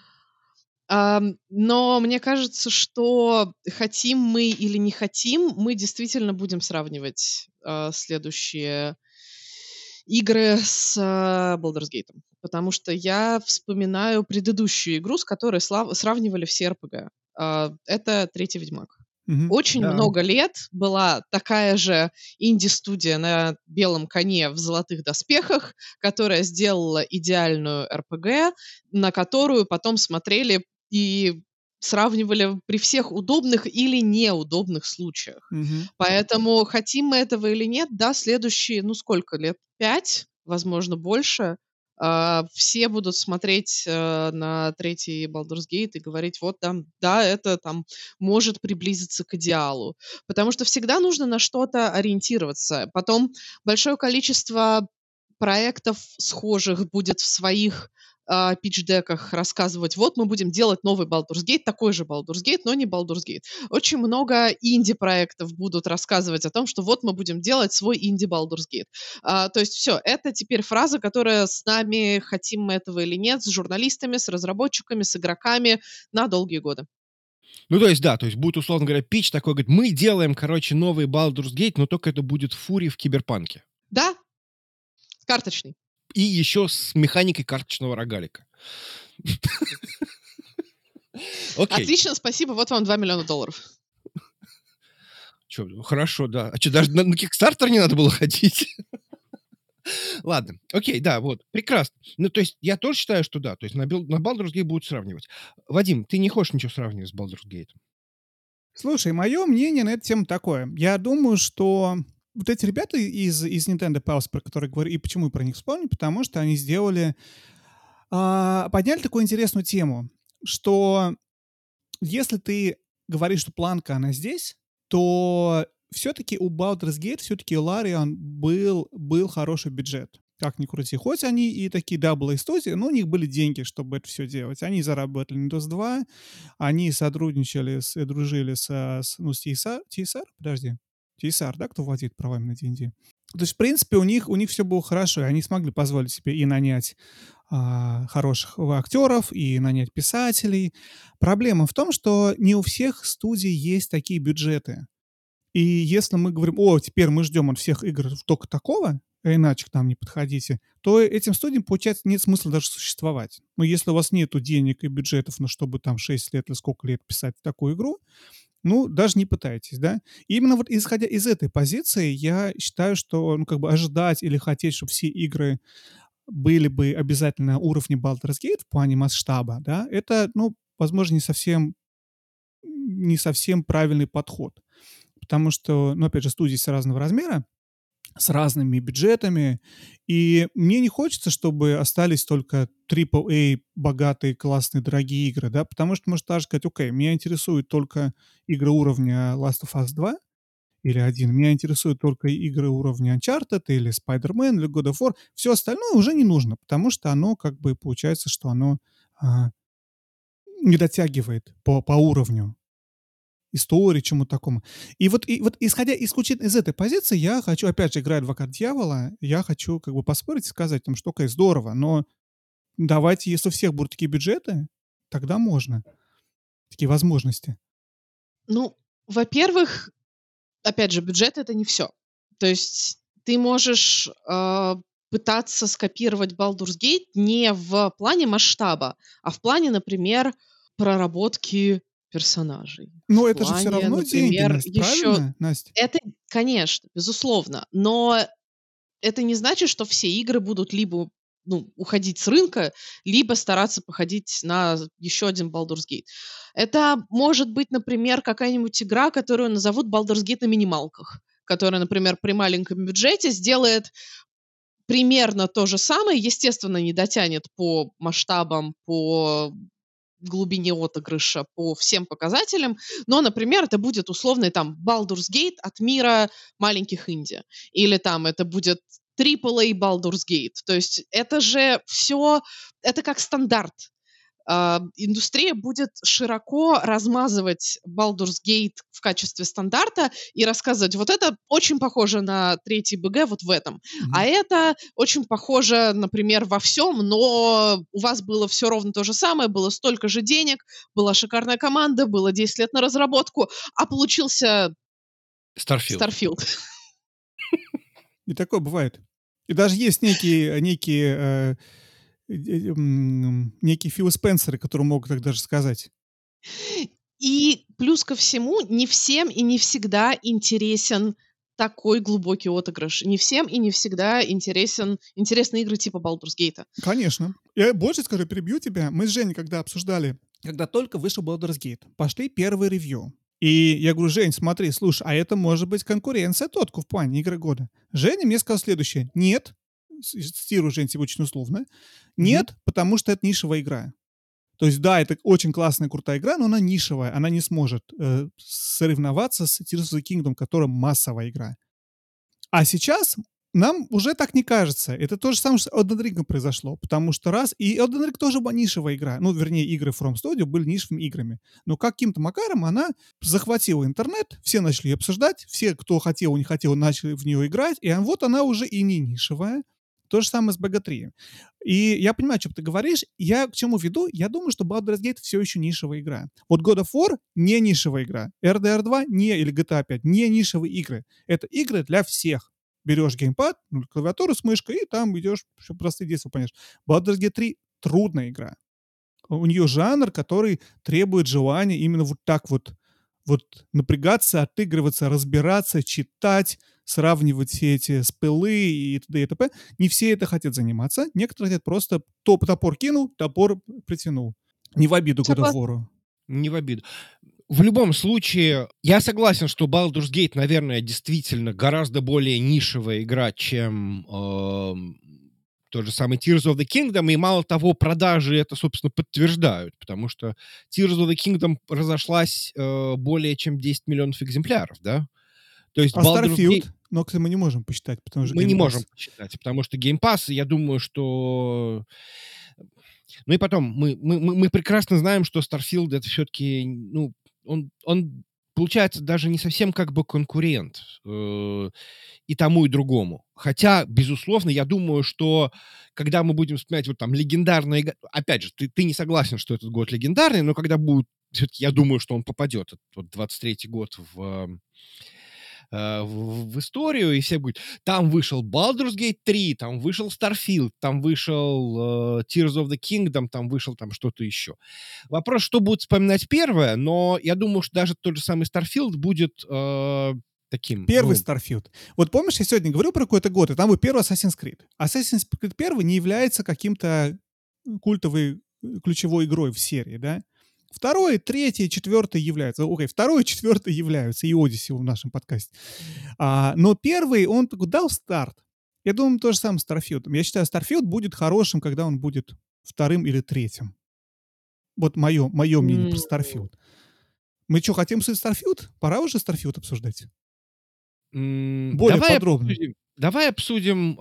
Но мне кажется, что хотим мы или не хотим, мы действительно будем сравнивать следующие игры с Baldur's Gate. Потому что я вспоминаю предыдущую игру, с которой сравнивали все РПГ. Это «Третий Ведьмак». Мгм. Очень Да. много лет была такая же инди-студия на белом коне в золотых доспехах, которая сделала идеальную РПГ, на которую потом смотрели и сравнивали при всех удобных или неудобных случаях. Мгм. Поэтому хотим мы этого или нет, да, следующие, ну сколько лет? 5, возможно, больше. Все будут смотреть на третий Baldur's Gate и говорить, вот там, да, это там может приблизиться к идеалу. Потому что всегда нужно на что-то ориентироваться. Потом большое количество проектов схожих будет в своих питч-деках рассказывать, вот мы будем делать новый Baldur's Gate, такой же Baldur's Gate, но не Baldur's Gate. Очень много инди-проектов будут рассказывать о том, что вот мы будем делать свой инди Baldur's Gate. То есть все, это теперь фраза, которая с нами, хотим мы этого или нет, с журналистами, с разработчиками, с игроками на долгие годы. Ну, то есть, да, то есть будет, условно говоря, питч такой, говорит, мы делаем, короче, новый Baldur's Gate, но только это будет Фури в киберпанке. Да, карточный. И еще с механикой карточного рогалика. Окей. Отлично, спасибо, вот вам $2 миллиона. Чё, хорошо, да. А что, даже на Kickstarter не надо было ходить? Ладно, окей, да, вот, прекрасно. Ну, то есть я тоже считаю, что да, то есть на Baldur's Gate будут сравнивать. Вадим, ты не хочешь ничего сравнивать с Baldur's Gate? Слушай, мое мнение на эту тему такое. Я думаю, что вот эти ребята из Nintendo Palace, про которые говорю, и почему я про них вспомнил, потому что они сделали, подняли такую интересную тему, что если ты говоришь, что планка, она здесь, то все-таки у Baldur's Gate, все-таки у Larian был хороший бюджет. Как ни крути. Хоть они и такие AA-студии, но у них были деньги, чтобы это все делать. Они заработали на DOS 2, они сотрудничали, дружили с TSR, подожди. TSR, да, кто владеет правами на D&D? То есть, в принципе, у них все было хорошо, и они смогли позволить себе и нанять хороших актеров, и нанять писателей. Проблема в том, что не у всех студий есть такие бюджеты. И если мы говорим, теперь мы ждем от всех игр только такого, а иначе к нам не подходите, то этим студиям, получается, нет смысла даже существовать. Но если у вас нету денег и бюджетов, чтобы там 6 лет или сколько лет писать такую игру, даже не пытайтесь, да. И именно вот исходя из этой позиции, я считаю, что, ожидать или хотеть, чтобы все игры были бы обязательно на уровне Baldur's Gate в плане масштаба, да, это, возможно, не совсем правильный подход. Потому что, опять же, студии с разного размера, с разными бюджетами, и мне не хочется, чтобы остались только AAA, богатые, классные, дорогие игры, да, потому что можно даже сказать, окей, меня интересуют только игры уровня Last of Us 2 или 1, меня интересуют только игры уровня Uncharted или Spider-Man или God of War, все остальное уже не нужно, потому что оно, получается, что оно не дотягивает по уровню истории, чему такому. И вот исходя исключительно из этой позиции, я хочу, опять же, играя адвокат дьявола, я хочу поспорить и сказать, что окей, здорово, но давайте, если у всех будут такие бюджеты, тогда можно. Такие возможности. Ну, во-первых, опять же, бюджет — это не все. То есть ты можешь пытаться скопировать Baldur's Gate не в плане масштаба, а в плане, например, проработки персонажей. Но В это же все плане, равно деньги, например, Настя, еще... правильно, Настя? Это, конечно, безусловно, но это не значит, что все игры будут либо уходить с рынка, либо стараться походить на еще один Baldur's Gate. Это может быть, например, какая-нибудь игра, которую назовут Baldur's Gate на минималках, которая, например, при маленьком бюджете сделает примерно то же самое, естественно, не дотянет по масштабам, по глубине отыгрыша, по всем показателям, но, например, это будет условный там Baldur's Gate от мира маленьких инди. Или там это будет AAA Baldur's Gate. То есть это же все, это как стандарт. Индустрия будет широко размазывать Baldur's Gate в качестве стандарта и рассказывать, вот это очень похоже на третий БГ вот в этом, а это очень похоже, например, во всем, но у вас было все ровно то же самое, было столько же денег, была шикарная команда, было 10 лет на разработку, а получился Starfield. И такое бывает. И даже есть некие Фил Спенсеры, которые могут так даже сказать. И плюс ко всему, не всем и не всегда интересен такой глубокий отыгрыш. Не всем и не всегда интересны игры типа Baldur's Gate. Конечно. Я больше скажу, перебью тебя. Мы с Женей, когда обсуждали, когда только вышел Baldur's Gate, пошли первые ревью. И я говорю, Жень, смотри, слушай, а это может быть конкуренция Тотку в плане игры года. Женя мне сказал следующее. Нет, цитирую, Жень, тебе очень условно. Нет, потому что это нишевая игра. То есть, да, это очень классная, крутая игра, но она нишевая. Она не сможет соревноваться с Tears of the Kingdom, которая массовая игра. А сейчас нам уже так не кажется. Это то же самое, что с Elden Ring произошло. Потому что и Elden Ring тоже была нишевая игра. Ну, вернее, игры From Studio были нишевыми играми. Но каким-то макаром она захватила интернет, все начали ее обсуждать, все, кто хотел, не хотел, начали в нее играть, и вот она уже и не нишевая. То же самое с BG3. И я понимаю, о чем ты говоришь. Я к чему веду? Я думаю, что Baldur's Gate все еще нишевая игра. Вот God of War не нишевая игра. RDR 2 или GTA 5 не нишевые игры. Это игры для всех. Берешь геймпад, клавиатуру с мышкой, и там идешь, чтобы простые действия понимаешь. Baldur's Gate 3 трудная игра. У нее жанр, который требует желания именно вот так вот напрягаться, отыгрываться, разбираться, читать, сравнивать все эти спелы и т.д. и т.п. Не все это хотят заниматься. Некоторые хотят просто топор кинул, топор притянул. Не в обиду God of War. Не в обиду. В любом случае, я согласен, что Baldur's Gate, наверное, действительно гораздо более нишевая игра, чем тот же самый Tears of the Kingdom, и мало того, продажи это, собственно, подтверждают, потому что Tears of the Kingdom разошлась более чем 10 миллионов экземпляров, да? То есть Baldur's Starfield, но мы не можем посчитать, потому что мы не можем посчитать, потому что Game Pass, я думаю, что... Ну и потом, мы прекрасно знаем, что Starfield это все-таки, ну, он получается даже не совсем как бы конкурент и тому, и другому. Хотя, безусловно, я думаю, что когда мы будем вспоминать вот там легендарные... Опять же, ты не согласен, что этот год легендарный, но когда будет... Все-таки я думаю, что он попадет, этот вот 23-й год в историю, и все будет... Там вышел Baldur's Gate 3, там вышел Starfield, там вышел Tears of the Kingdom, там вышел там что-то еще. Вопрос, что будет вспоминать первое, но я думаю, что даже тот же самый Starfield будет таким... Первый Starfield. Вот помнишь, я сегодня говорил про какой-то год, и там был первый Assassin's Creed. Assassin's Creed 1 не является каким-то культовой ключевой игрой в серии, да? Второй, третий, четвертый являются. Окей, второй и четвертый являются. И Odyssey в нашем подкасте. Но первый, он такой дал старт. Я думаю, то же самое с Starfield. Я считаю, Starfield будет хорошим, когда он будет вторым или третьим. Вот мое мнение про Starfield. Мы что, хотим обсудить Starfield? Пора уже Starfield обсуждать. Более подробно. Давай обсудим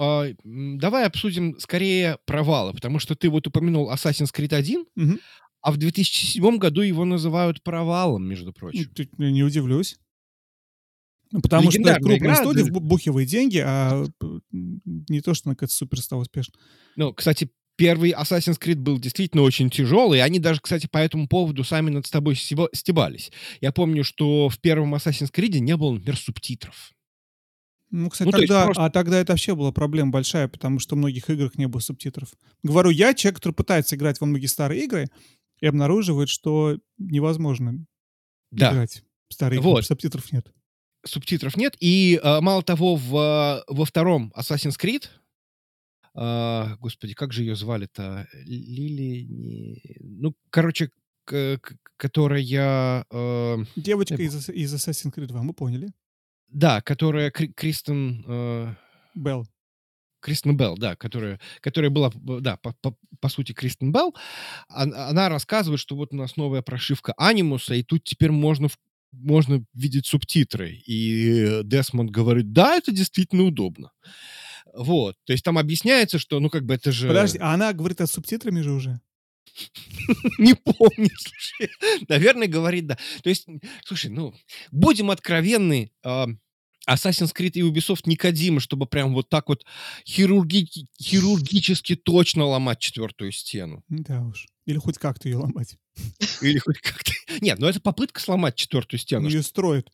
скорее провалы, потому что ты вот упомянул Assassin's Creed 1, а в 2007 году его называют провалом, между прочим. Не удивлюсь. Потому что это крупная студия, вбухивает деньги, а не то, что она какая-то супер стала успешной. Ну, кстати, первый Assassin's Creed был действительно очень тяжелый, и они даже, кстати, по этому поводу сами над собой стебались. Я помню, что в первом Assassin's Creed не было, например, субтитров. Ну, кстати, тогда это вообще была проблема большая, потому что в многих играх не было субтитров. Говорю, я человек, который пытается играть во многие старые игры, и обнаруживает, что невозможно играть в старые игры, субтитров нет. Субтитров нет, и мало того, во втором Assassin's Creed, господи, как же ее звали-то? Лили... Ну, короче, которая... Девочка из Assassin's Creed 2, мы поняли. Да, которая Кристен... Белл. Кристен Белл, да, которая была, да, по сути, Кристен Белл. Она рассказывает, что вот у нас новая прошивка Анимуса, и тут теперь можно видеть субтитры. И Десмонд говорит, да, это действительно удобно. Вот. То есть там объясняется, что, ну, как бы это Подожди, же... а она говорит с субтитрами же уже? Не помню, слушай. Наверное, говорит, да. То есть, слушай, ну, будем откровенны, Assassin's Creed и Ubisoft не Кодзима, чтобы прям вот так вот хирургически точно ломать четвертую стену. Да уж. Или хоть как-то ее ломать. Или хоть как-то... Нет, ну это попытка сломать четвертую стену. Ее строят.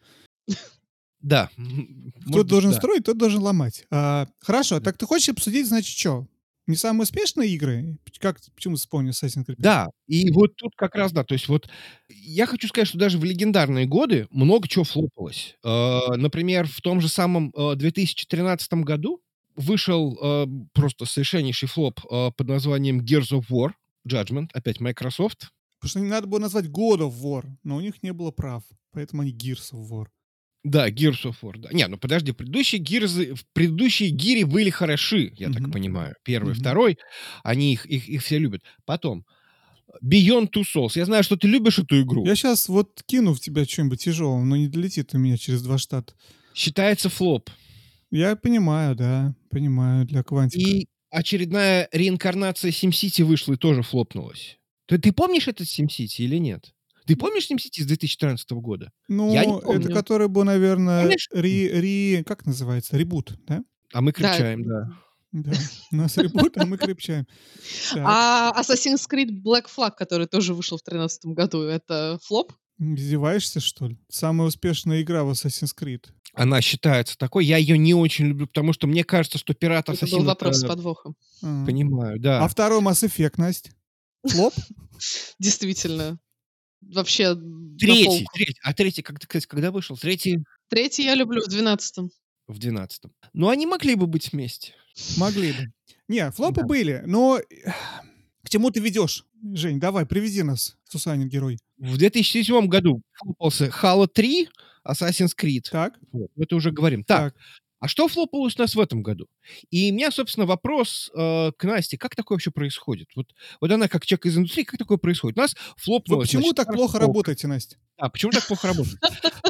Да. Кто Может быть, должен да. строить, тот должен ломать. Хорошо, Да. так ты хочешь обсудить, значит, что? Не самые успешные игры? Почему вспомнил Assassin's Creed 5? Да, и вот тут как раз, да, то есть вот я хочу сказать, что даже в легендарные годы много чего флопалось. Например, в том же самом 2013 году вышел просто совершеннейший флоп под названием Gears of War Judgment, опять Microsoft. Потому что не надо было назвать God of War, но у них не было прав, поэтому они Gears of War. Да, Gears of War, да. Не, ну подожди, предыдущие Гири были хороши, я так Мгм. понимаю. Первый, Мгм. второй, они их все любят. Потом, Beyond Two Souls. Я знаю, что ты любишь эту игру. Я сейчас вот кину в тебя что-нибудь тяжелое, но не долетит у меня через 2 штата. Считается флоп. Я понимаю, да, понимаю, для Квантика. И очередная реинкарнация SimCity вышла и тоже флопнулась. Ты помнишь этот SimCity или нет? Ты помнишь SimCity с 2013 года? Я не Ну, это помню. который был, наверное, Помнишь? как называется, ребут, да? А мы Да. крепчаем, да. Да. У нас ребут, а мы крепчаем. Так, А Assassin's Creed Black Flag, который тоже вышел в 2013 году, это флоп? издеваешься, что ли? Самая успешная игра в Assassin's Creed. Она считается такой. Я ее не очень люблю, потому что мне кажется, что Пират Это был Ассасин вопрос с это... подвохом. А. Понимаю, А да. второй Mass Effect, Настя? Флоп? Действительно. Вообще Третий. А третий, кстати, когда вышел? Третий Третий я люблю в 12-м. в 12-м. Ну, они могли бы быть вместе. Могли бы. Не, флопы Да. были, но к чему ты ведешь? Жень, давай, приведи нас, Сусанин герой. В 2007 году флопался Halo 3, Assassin's Creed. Так, Вот, это уже говорим. Так, так. а что флопалось у нас в этом году? И у меня, собственно, вопрос к Насте. Как такое вообще происходит? Вот она как человек из индустрии, как такое происходит? У нас Вы флопнулось... почему значит, так плохо Forspoken. работаете, Настя? А, почему так плохо работает?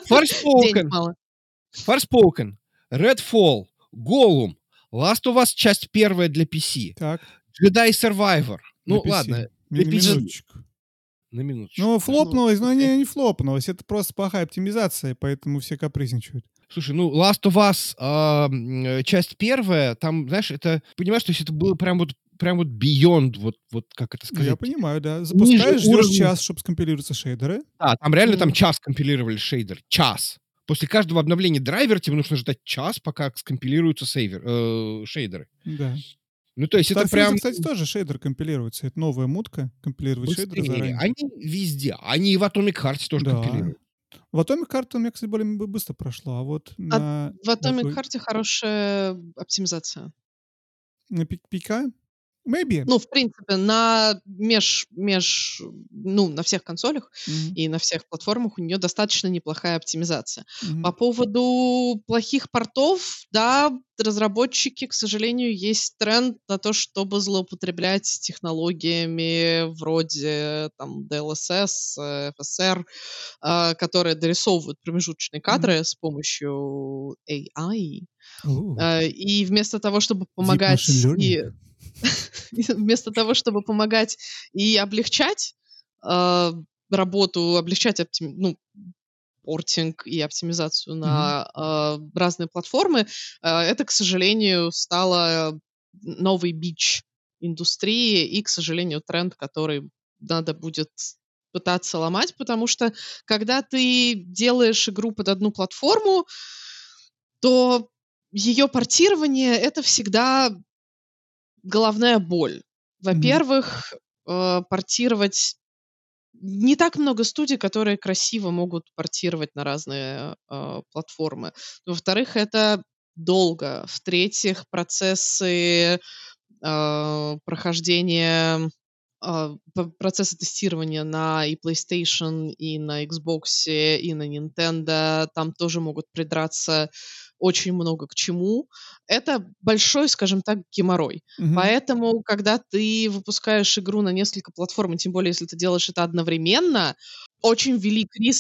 Денег мало. Forspoken, Redfall, Gollum, Last of Us часть первая для PC, Так, Jedi Survivor. для Ну, PC. ладно, для На PC. минуточку. На минуточку. Ну, да. флопнулось, но окей. не флопнулось. Это просто плохая оптимизация, поэтому все капризничают. Слушай, ну, Last of Us, часть первая, там, знаешь, это, понимаешь, то есть это было прям вот beyond, вот как это Ну, сказать. я понимаю, да. Запускаешь, ждешь уровня. час, чтобы скомпилируются шейдеры. Да, там реально там Мгм. час компилировали шейдер. Час. После каждого обновления драйвера тебе нужно ждать час, пока скомпилируются шейдеры. Да. Ну, то есть это Starfield, прям кстати, тоже шейдер компилируется. Это новая мутка, компилировать шейдеры быстрее. заранее. Они везде. Они и в Atomic Heart тоже Да. компилируют. В Atomic Heart у меня, кстати, более быстро прошло, а вот на В Atomic другой- Heart хорошая оптимизация. на ПК? Maybe. Ну, в принципе, на на всех консолях Мгм. и на всех платформах у нее достаточно неплохая оптимизация. Мгм. По поводу плохих портов, да, разработчики, к сожалению, есть тренд на то, чтобы злоупотреблять технологиями вроде там DLSS, FSR, которые дорисовывают промежуточные кадры с помощью AI. О, И вместо того, чтобы Deep помогать Machine Learning. и вместо того, чтобы помогать и облегчать работу, облегчать портинг и оптимизацию на разные платформы, это, к сожалению, стало новый бич индустрии и, к сожалению, тренд, который надо будет пытаться ломать, потому что когда ты делаешь игру под одну платформу, то ее портирование — это всегда головная боль. Во-первых, портировать не так много студий, которые красиво могут портировать на разные платформы. Во-вторых, это долго. В-третьих, процессы прохождения, процессы тестирования на и PlayStation, и на Xbox, и на Nintendo, там тоже могут придраться очень много к чему. Это большой, скажем так, геморрой. Мгм. Поэтому, когда ты выпускаешь игру на несколько платформ, и тем более, если ты делаешь это одновременно, очень велик риск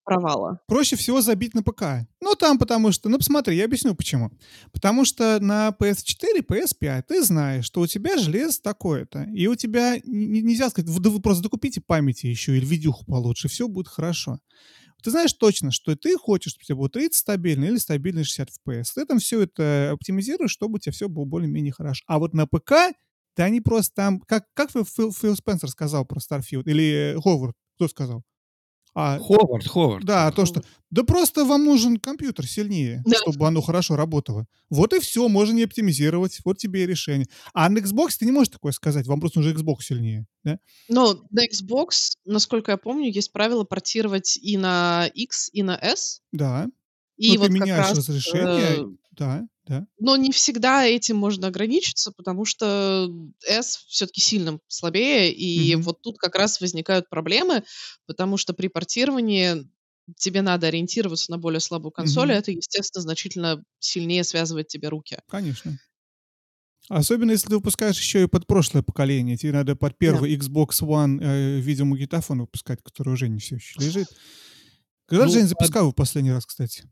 провала. Проще всего забить на ПК. Ну, там потому что... Ну, посмотри, я объясню почему. Потому что на PS4, PS5 ты знаешь, что у тебя железо такое-то. И у тебя нельзя сказать, да вы просто докупите памяти еще или видюху получше, и все будет хорошо. Ты знаешь точно, что ты хочешь, чтобы у тебя было 30 стабильно или стабильно 60 FPS. Ты там все это оптимизируешь, чтобы у тебя все было более-менее хорошо. А вот на ПК ты они просто там... Как Фил Спенсер сказал про Starfield? Или Ховард? Кто сказал? Ховард. Да, то, что... Да просто вам нужен компьютер сильнее, Да. чтобы оно хорошо работало. Вот и все, можно не оптимизировать. Вот тебе и решение. А на Xbox ты не можешь такое сказать. Вам просто нужен Xbox сильнее. Да? Но на Xbox, насколько я помню, есть правило портировать и на X, и на S. Да. И Ну, ты вот как меняешь раз, разрешение. Да. но не всегда этим можно ограничиться, потому что S все-таки сильно слабее, и Мгм. вот тут как раз возникают проблемы, потому что при портировании тебе надо ориентироваться на более слабую консоль, и Мгм. это, естественно, значительно сильнее связывает тебе руки. Конечно. Особенно, если ты выпускаешь еще и под прошлое поколение. Тебе надо под Да. первый Xbox One видеомагнитофон выпускать, который уже не все еще лежит. Когда же Ну, я запускал его в последний раз, кстати?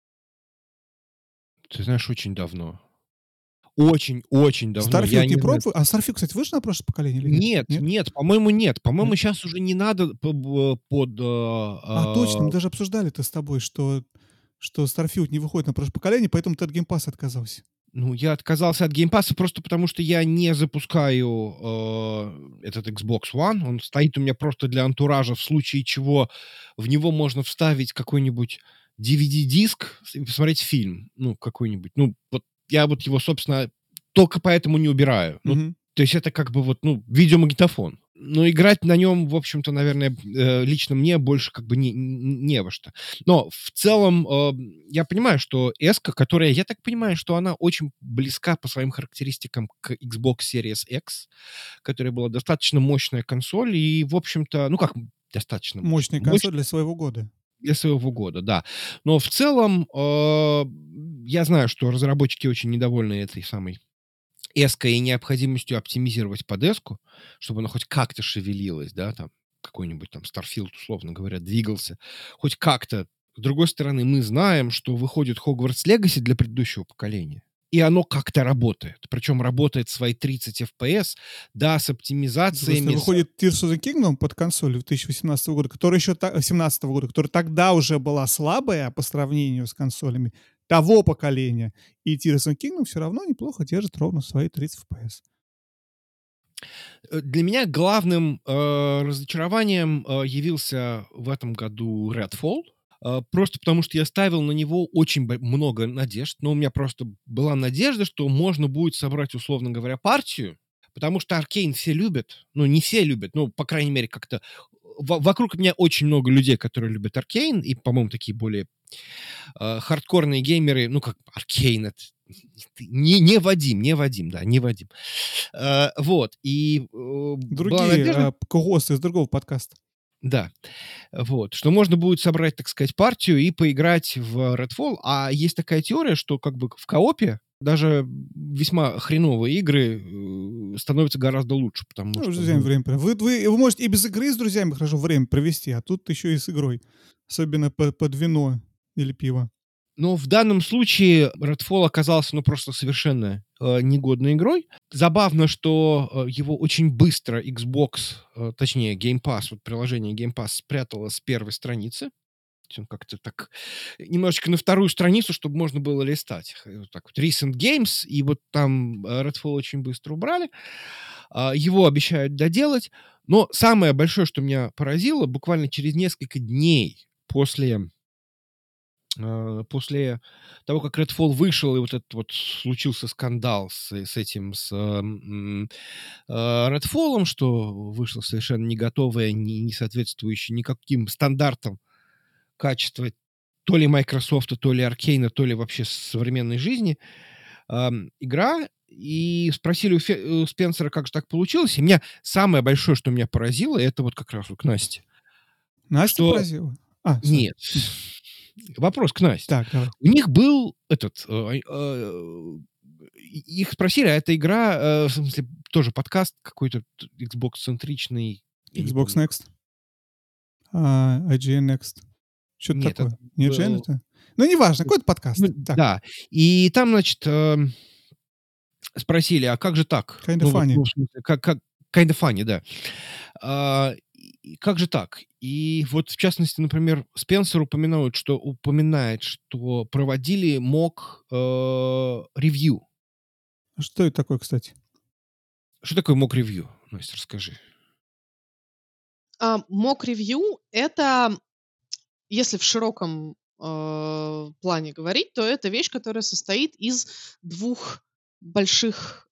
ты знаешь, очень давно. Очень-очень давно. Я Starfield не не знаю. пробовал? А Starfield, кстати, вышел на прошлое поколение или нет? Нет, по-моему, нет. По-моему, Нет? сейчас уже не надо под... Точно, мы даже обсуждали это с тобой, что Starfield не выходит на прошлое поколение, поэтому ты от Game Pass отказался. Ну, я отказался от Game Pass просто потому, что я не запускаю этот Xbox One. Он стоит у меня просто для антуража, в случае чего в него можно вставить какой-нибудь DVD-диск и посмотреть фильм. Ну, какой-нибудь. Ну, вот я вот его, собственно, только поэтому не убираю. Ну, Мгм. то есть это как бы вот, ну, видеомагнитофон. Но играть на нем, в общем-то, наверное, лично мне больше как бы не во что. Но в целом я понимаю, что S-ка, которая, я так понимаю, что она очень близка по своим характеристикам к Xbox Series X, которая была достаточно мощная консоль и, в общем-то, ну как достаточно мощная? Мощная консоль для своего года. Для своего года, да. Но в целом я знаю, что разработчики очень недовольны этой самой S-кой и необходимостью оптимизировать под S-ку, чтобы она хоть как-то шевелилась, да, там, какой-нибудь там Starfield, условно говоря, двигался, хоть как-то. С другой стороны, мы знаем, что выходит Hogwarts Legacy для предыдущего поколения, и оно как-то работает. Причем работает свои 30 FPS, да, с оптимизациями. Выходит Tears of the Kingdom под консоль 2018 года, которая еще 17 года, которая тогда уже была слабая по сравнению с консолями того поколения. И Tears of the Kingdom все равно неплохо держит ровно свои 30 FPS. Для меня главным разочарованием явился в этом году Redfall. Просто потому, что я ставил на него очень много надежд. Но у меня просто была надежда, что можно будет собрать, условно говоря, партию. Потому что Аркейн все любят. Ну, не все любят, но, по крайней мере, как-то... Вокруг меня очень много людей, которые любят Аркейн. И, по-моему, такие более хардкорные геймеры. Ну, как Аркейн, это... Не Вадим, да, не Вадим. Вот, и была надежда... Другие госты из другого подкаста. Да, вот, что можно будет собрать, так сказать, партию и поиграть в Redfall. А есть такая теория, что как бы в коопе даже весьма хреновые игры становятся гораздо лучше, потому Ну, с что... друзьями время проводить. Вы можете и без игры с друзьями хорошо время провести, а тут еще и с игрой. Особенно под вино или пиво. Но в данном случае Redfall оказался, ну, просто совершенно негодной игрой. Забавно, что его очень быстро Xbox, точнее, Game Pass, вот приложение Game Pass спрятало с первой страницы. Он как-то так немножечко на вторую страницу, чтобы можно было листать. Вот так вот. Recent Games, и вот там Redfall очень быстро убрали. Его обещают доделать. Но самое большое, что меня поразило, буквально через несколько дней после того, как Redfall вышел, и вот этот вот случился скандал с этим, с Redfall'ом, что вышло совершенно не готовое, не соответствующее никаким стандартам качества то ли Microsoft, то ли Arcane, то ли вообще современной жизни, игра. И спросили у Спенсера, как же так получилось. И меня самое большое, что меня поразило, это вот как раз вот к Насте. Настя Что поразила? Сори. нет. Вопрос к Насте. Так, давай. У них был этот... их спросили, а эта игра, в смысле, тоже подкаст какой-то Xbox-центричный. Я не Xbox помню. Next. IGN Next. Что-то Нет, это такое. Не Джен был... это? Ну, неважно, какой-то подкаст. Ну, Так, да. И там, значит, спросили, а как же так? kind of Ну, вот, funny. ну, в смысле, как kind of funny, да. И как же так? И вот, в частности, например, Спенсер упоминает, что проводили мок-ревью. Что это такое, кстати? Что такое мок-ревью? Настя, расскажи. Мок-ревью — это, если в широком плане говорить, то это вещь, которая состоит из двух больших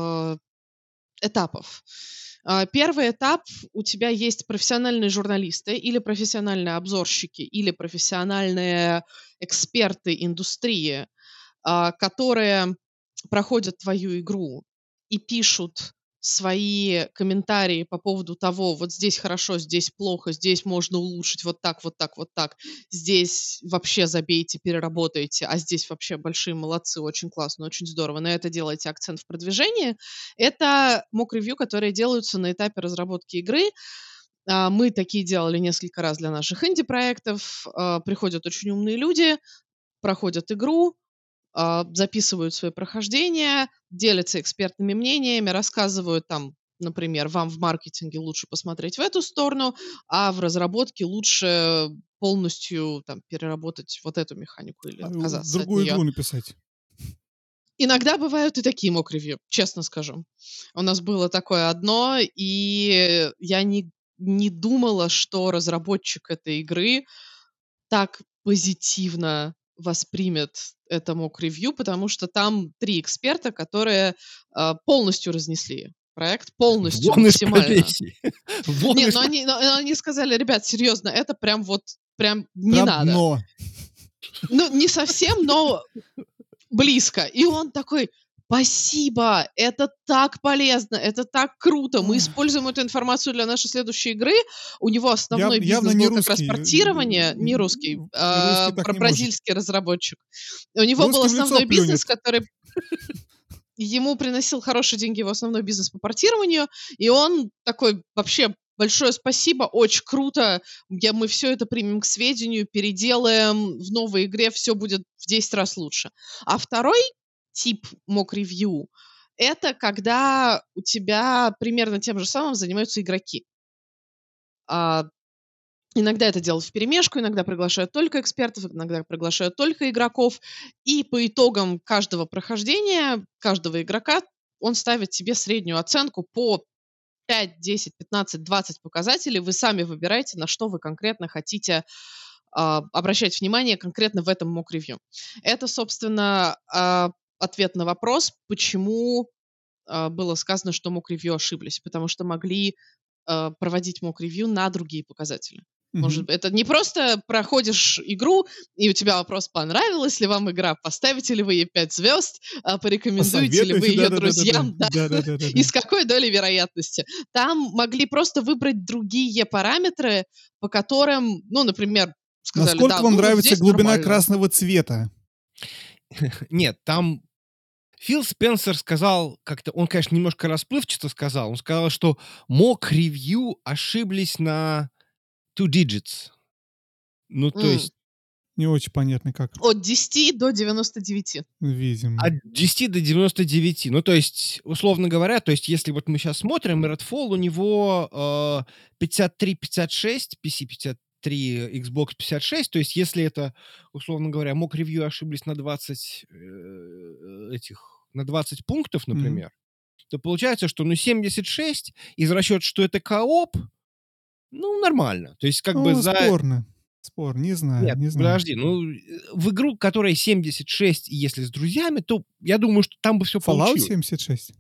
этапов. Первый этап — у тебя есть профессиональные журналисты или профессиональные обзорщики, или профессиональные эксперты индустрии, которые проходят твою игру и пишут свои комментарии по поводу того, вот здесь хорошо, здесь плохо, здесь можно улучшить вот так, вот так, вот так, здесь вообще забейте, переработайте, а здесь вообще большие молодцы, очень классно, очень здорово, на это делайте акцент в продвижении. Это мок-ревью, которые делаются на этапе разработки игры. Мы такие делали несколько раз для наших инди-проектов. Приходят очень умные люди, проходят игру, записывают свои прохождения, делятся экспертными мнениями, рассказывают там, например, вам в маркетинге лучше посмотреть в эту сторону, а в разработке лучше полностью там переработать вот эту механику или отказаться от Другую нее. игру написать. Иногда бывают и такие мок-ревью, честно скажу. У нас было такое одно, и я не думала, что разработчик этой игры так позитивно воспримет это мок-ревью, потому что там 3 эксперта, которые полностью разнесли проект, полностью, Вон из максимально. профессии. Вон Нет, из... но они сказали, ребят, серьезно, это прям вот, прям не Прям надо. дно. Ну, не совсем, но близко. И он такой: спасибо, это так полезно, это так круто, мы используем эту информацию для нашей следующей игры. У него основной Явно бизнес не был как раз русский. портирование, не русский, Русский так не может. бразильский разработчик. У него был Русский в лицо основной бизнес, плюнет. который ему приносил хорошие деньги, его основной бизнес по портированию, и он такой: вообще большое спасибо, очень круто, мы все это примем к сведению, переделаем в новой игре, все будет в 10 раз лучше. А второй тип мок-ревью — это когда у тебя примерно тем же самым занимаются игроки. Иногда это делают вперемешку, иногда приглашают только экспертов, иногда приглашают только игроков. И по итогам каждого прохождения, каждого игрока, он ставит себе среднюю оценку по 5, 10, 15, 20 показателей. Вы сами выбираете, на что вы конкретно хотите обращать внимание конкретно в этом мок-ревью. Это, собственно, ответ на вопрос, почему было сказано, что мок-ревью ошиблись. Потому что могли проводить мок-ревью на другие показатели. Может быть, это не просто проходишь игру, и у тебя вопрос, понравилась ли вам игра, поставите ли вы ей 5 звезд, порекомендуете ли вы Посоветуйте, ее да-да-да-да-да. друзьям, да, Да-да-да-да-да. и с какой долей вероятности. Там могли просто выбрать другие параметры, по которым, ну, например, сказали, Насколько да, вам ну, вот нравится здесь глубина нормально. красного цвета? Нет, там Фил Спенсер сказал, как-то, он, конечно, немножко расплывчато сказал, он сказал, что мок-ревью ошиблись на 2 digits. Ну, то есть Не очень понятно, как. От 10 до 99. Видимо. от 10 до 99. Ну, то есть, условно говоря, то есть, если вот мы сейчас смотрим, Redfall, у него 53-56, PC 53, Xbox 56, то есть, если это, условно говоря, мок-ревью ошиблись на 20 на 20 пунктов, например, то получается, что, 76 из расчета, что это кооп, ну, нормально. То есть, как бы Ну, за... спорно. Не знаю, Нет, не знаю. подожди, в игру, которая 76, и если с друзьями, то я думаю, что там бы все Fallout получилось. 76?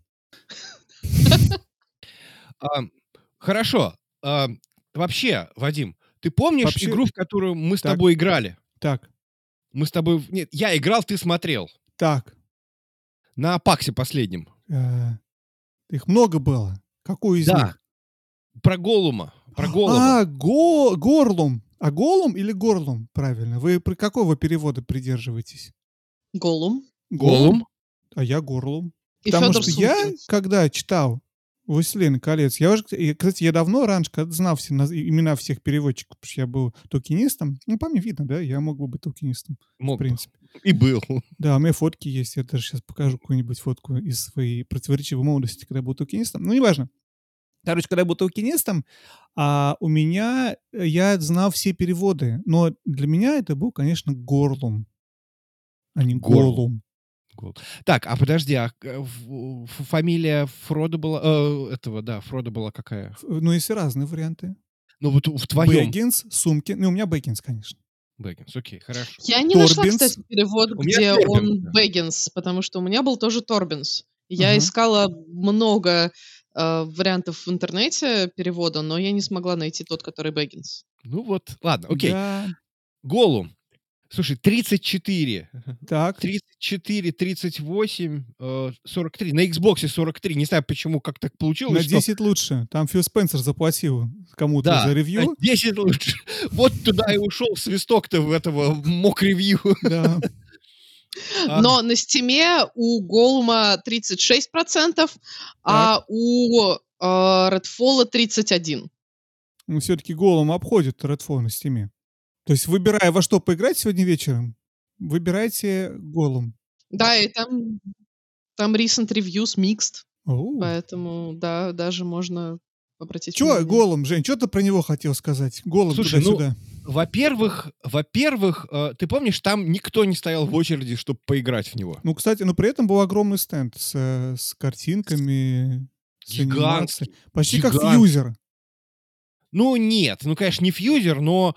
Хорошо. Вообще, Вадим, ты помнишь Вообще- игру, в которую мы с Так. тобой играли? Так, Мы с тобой... Нет, я играл, ты смотрел. так. На Апаксе последнем. Их много было. Какую из Да. них? Про Голума. Про Голума. Горлум. А Голум или Горлум? Правильно. Вы при какого перевода придерживаетесь? Голум. Голум. А я Горлум. И Потому Федор что я, Сумкин. когда читал «Властелин колец». Кстати, я давно раньше знал имена всех переводчиков, потому что я был толкинистом. Ну, по мне видно, да? Я мог бы быть толкинистом, в Мог бы. принципе. И был. Да, у меня фотки есть. Я даже сейчас покажу какую-нибудь фотку из своей противоречивой молодости, когда я был толкинистом. Ну, неважно. Короче, когда я был толкинистом, я знал все переводы. Но для меня это был, конечно, Горлум, а не Горлум. Голум. Так, а подожди, фамилия Фродо была... Фродо была какая? Ну, есть и разные варианты. Ну, вот в твоем... Бэггинс, Сумки. Ну, у меня Бэггинс, конечно. Бэггинс, окей, хорошо. Я не нашла, Торбинс. кстати, перевод, У меня где Торбинс, он да. Бэггинс, потому что у меня был тоже Торбинс. Я Ага. искала много вариантов в интернете перевода, но я не смогла найти тот, который Бэггинс. Ну вот, ладно, окей. Да. Голум. Слушай, 34. Так. 34, 38, 43. На Xbox 43. Не знаю, почему, как так На получилось, что... 10 лучше. Там Фил Спенсер заплатил кому-то Да, за на ревью. 10 лучше. Вот туда и ушел свисток-то в этого мок-ревью. Да. Но на Стиме у Голума 36%, а у Redfall 31%. Ну, все-таки Голум обходит Redfall на стиме. То есть, выбирая, во что поиграть сегодня вечером, выбирайте Голум. Да, и там recent reviews mixed, Оу. поэтому, да, даже можно обратить Чё, внимание. Голум, Жень, что ты про него хотел сказать? Голум Слушай, туда-сюда. Во-первых, ты помнишь, там никто не стоял в очереди, чтобы поиграть в него. Ну, кстати, но при этом был огромный стенд с картинками, с анимацией. Гигантский. Почти как Гигантский. фьюзер. Ну, нет, конечно, не фьюзер, но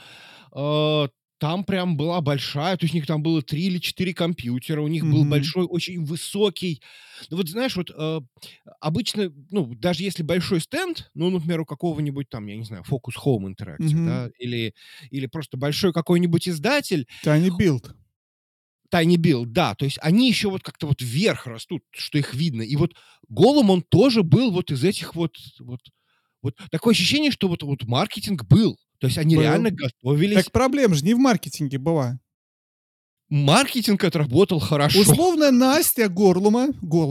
там прям была большая, то есть у них там было 3 или 4 компьютера, у них был Мгм. большой, очень высокий. Ну, вот знаешь, вот обычно, ну, даже если большой стенд, ну, например, у какого-нибудь там, я не знаю, Focus Home Interactive, Мгм. да, или просто большой какой-нибудь издатель, Tiny Build. Tiny Build, да, то есть они еще вот как-то вот вверх растут, что их видно. И вот Голум, он тоже был вот из этих вот такое ощущение, что вот маркетинг был. То есть они Был. реально готовились. Так проблема же не в маркетинге была. Маркетинг отработал хорошо. Условно Настя Голума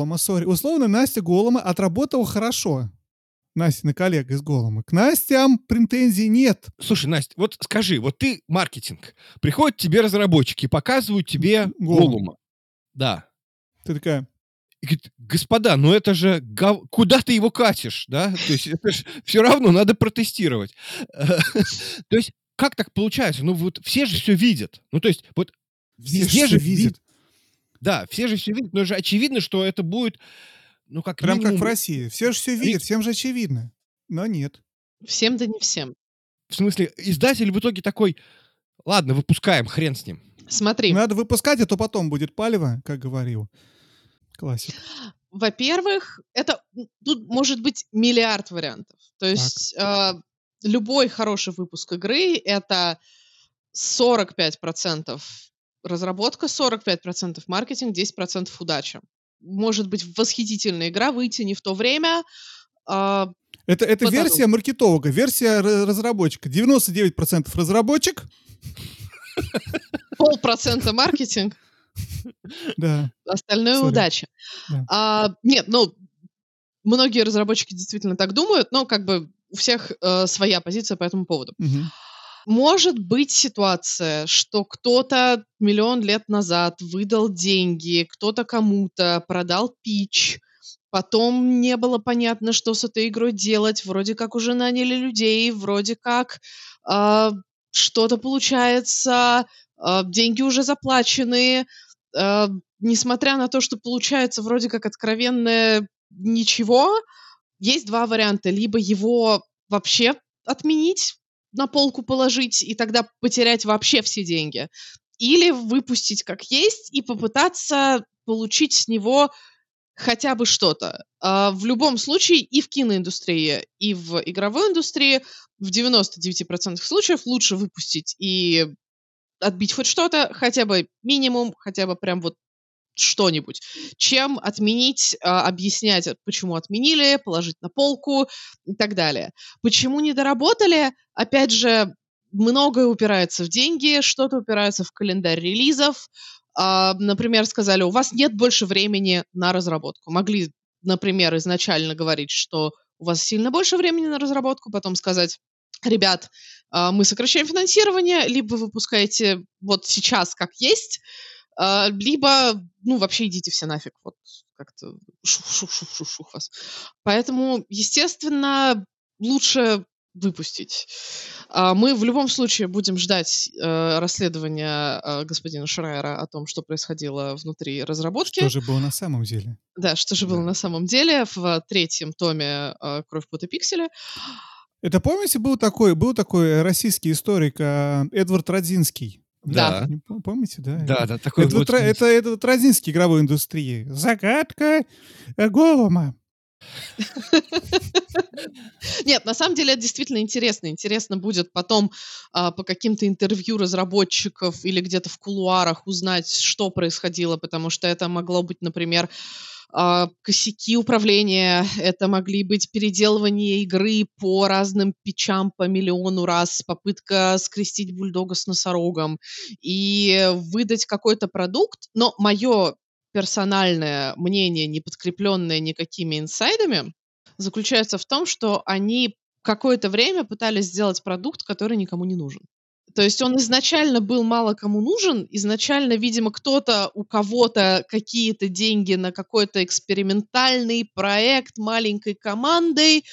отработала хорошо. Настина коллега из Голума. К Настям претензий нет. Слушай, Настя, вот скажи, вот ты маркетинг. Приходят тебе разработчики, показывают тебе Голум. Голума. Да. Ты такая, И говорит, господа, ну это же... Куда ты его катишь, да? То есть это же все равно надо протестировать. То есть как так получается? Ну вот все же все видят. Ну то есть вот все везде же же видят. Да, все же все видят, но же очевидно, что это будет, ну, как Прям как минимум... в России. Все же все видят, всем же очевидно. Но нет. Всем да не всем. В смысле, издатель в итоге такой, ладно, выпускаем, хрен с ним. Смотри, Надо выпускать, а то потом будет палево, как говорил классик. во-первых, тут может быть миллиард вариантов. То есть любой хороший выпуск игры — это 45% разработка, 45% маркетинг, 10% удача. Может быть восхитительная игра, выйти не в то время. Это Потом. версия маркетолога, версия разработчика. 99% разработчик. 0,5% маркетинг, Да. остальное Sorry. удача. Да. Нет, ну, многие разработчики действительно так думают, но как бы у всех своя позиция по этому поводу. Мгм. Может быть ситуация, что кто-то миллион лет назад выдал деньги, кто-то кому-то продал пич, потом не было понятно, что с этой игрой делать, вроде как уже наняли людей, вроде как что-то получается, деньги уже заплачены, несмотря на то, что получается вроде как откровенное ничего, есть два варианта. Либо его вообще отменить, на полку положить, и тогда потерять вообще все деньги. Или выпустить как есть и попытаться получить с него хотя бы что-то. В любом случае и в киноиндустрии, и в игровой индустрии в 99% случаев лучше выпустить и отбить хоть что-то, хотя бы минимум, хотя бы прям вот что-нибудь, чем отменить, объяснять, почему отменили, положить на полку и так далее. Почему не доработали? Опять же, многое упирается в деньги, что-то упирается в календарь релизов. Например, сказали, у вас нет больше времени на разработку. Могли, например, изначально говорить, что у вас сильно больше времени на разработку, потом сказать: ребят, мы сокращаем финансирование, либо вы выпускаете вот сейчас как есть, либо, ну, вообще идите все нафиг, вот как-то шух вас. Поэтому, естественно, лучше выпустить. Мы в любом случае будем ждать расследования господина Шрайера о том, что происходило внутри разработки. Что же было на самом деле? Да, что же было Да. на самом деле в третьем томе «Кровь, пот и пиксели». Это, помните, был такой российский историк Эдвард Радзинский? Да. Да. Не помните, да? Да, такой вот... Это Эдвард Радзинский игровой индустрии. Загадка Голума. Нет, на самом деле это действительно интересно. Интересно будет потом по каким-то интервью разработчиков или где-то в кулуарах узнать, что происходило, потому что это могло быть, например, косяки управления, это могли быть переделывания игры по разным печам по миллиону раз, попытка скрестить бульдога с носорогом и выдать какой-то продукт. Но мое персональное мнение, не подкрепленное никакими инсайдами, заключается в том, что они какое-то время пытались сделать продукт, который никому не нужен. То есть он изначально был мало кому нужен, изначально, видимо, у кого-то какие-то деньги на какой-то экспериментальный проект маленькой командой.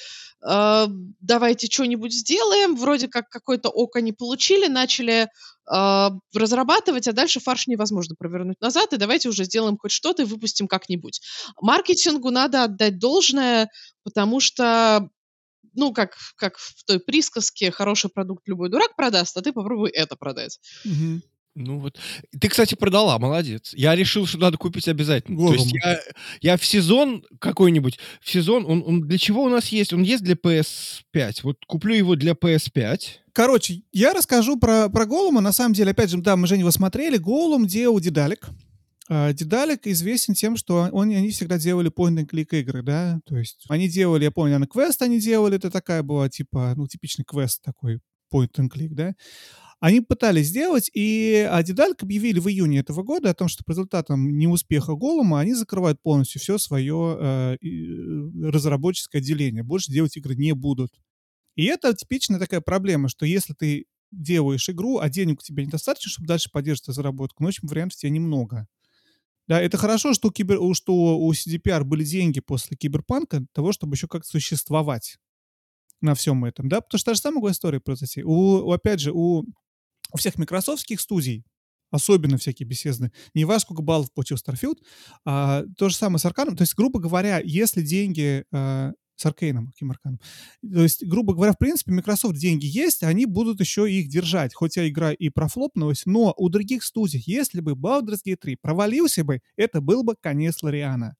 Давайте что-нибудь сделаем. Вроде как какой-то ок они получили, начали разрабатывать, а дальше фарш невозможно провернуть назад, и давайте уже сделаем хоть что-то и выпустим как-нибудь. Маркетингу надо отдать должное, потому что, ну, как в той присказке, хороший продукт любой дурак продаст, а ты попробуй это продать. Мгм. Ну вот. Ты, кстати, продала, молодец. Я решил, что надо купить обязательно. То есть Голума. я в сезон какой-нибудь, он для чего у нас есть? Он есть для PS5. Вот куплю его для PS5. Короче, я расскажу про Голума. На самом деле, опять же, да, мы же его смотрели. Голум делал Дедалик. Дедалик известен тем, что они всегда делали point-and-click игры, да, то есть они делали, я помню, квест они делали, это такая была, типа, ну, типичный квест такой, point-and-click, да. Они пытались сделать, и Дедалик объявили в июне этого года о том, что по результатам неуспеха Голума они закрывают полностью все свое разработческое отделение, больше делать игры не будут. И это типичная такая проблема, что если ты делаешь игру, а денег у тебя недостаточно, чтобы дальше поддерживать разработку, ну, в общем, вариантов у тебя немного. Да, это хорошо, что у CDPR были деньги после Киберпанка для того, чтобы еще как-то существовать на всем этом, да, потому что та же самая история произойти. Опять же, у всех микрософтских студий, особенно всякие Bethesda, не важно, сколько баллов получил Starfield, то же самое с Арканом. То есть, грубо говоря, если деньги с Аркейном, каким Арканом? То есть, грубо говоря, в принципе, Microsoft деньги есть, они будут еще их держать. Хотя игра и профлопнулась, но у других студий, если бы Baldur's Gate 3 провалился бы, это был бы конец Лориана.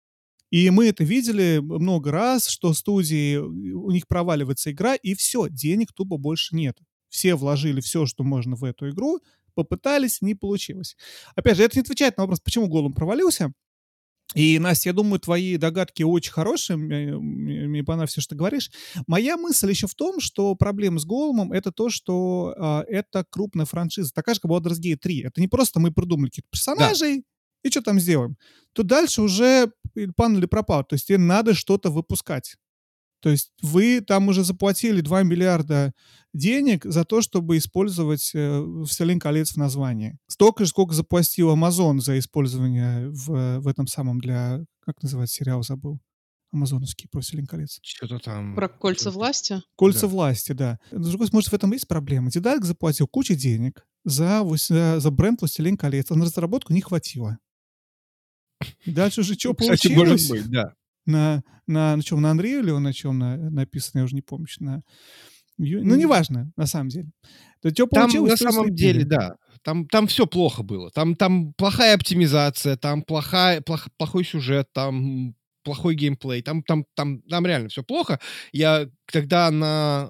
И мы это видели много раз, что студии, у них проваливается игра, и все, денег тупо больше нет. Все вложили все, что можно в эту игру, попытались, не получилось. Опять же, это не отвечает на вопрос, почему Голум провалился. И, Настя, я думаю, твои догадки очень хорошие, мне понравилось все, что ты говоришь. Моя мысль еще в том, что проблема с Голумом — это то, что это крупная франшиза, такая же, как Baldur's Gate 3. Это не просто мы придумали каких-то Да. персонажей, и что там сделаем. Тут дальше уже пан или пропал. То есть тебе надо что-то выпускать. То есть вы там уже заплатили 2 миллиарда денег за то, чтобы использовать «Властелин колец» в названии. Столько же, сколько заплатил Amazon за использование в этом самом как называется сериал, забыл. Амазоновский про «Властелин колец». Что-то там... Про кольца что-то- власти? «Кольца Да. власти», да. С другой стороны, может, в этом есть проблема. Дедалик заплатил кучу денег за бренд «Властелин колец», а на разработку не хватило. И дальше уже что Кстати, может получилось? быть, да. На чем, на Unreal, он на чем написано, я уже не помню. Ну, М, неважно, на самом деле. То что Там получилось, на то и самом деле, слепили. да, там все плохо было. Там плохая оптимизация, там плохой сюжет, там плохой геймплей, там реально все плохо. Я тогда на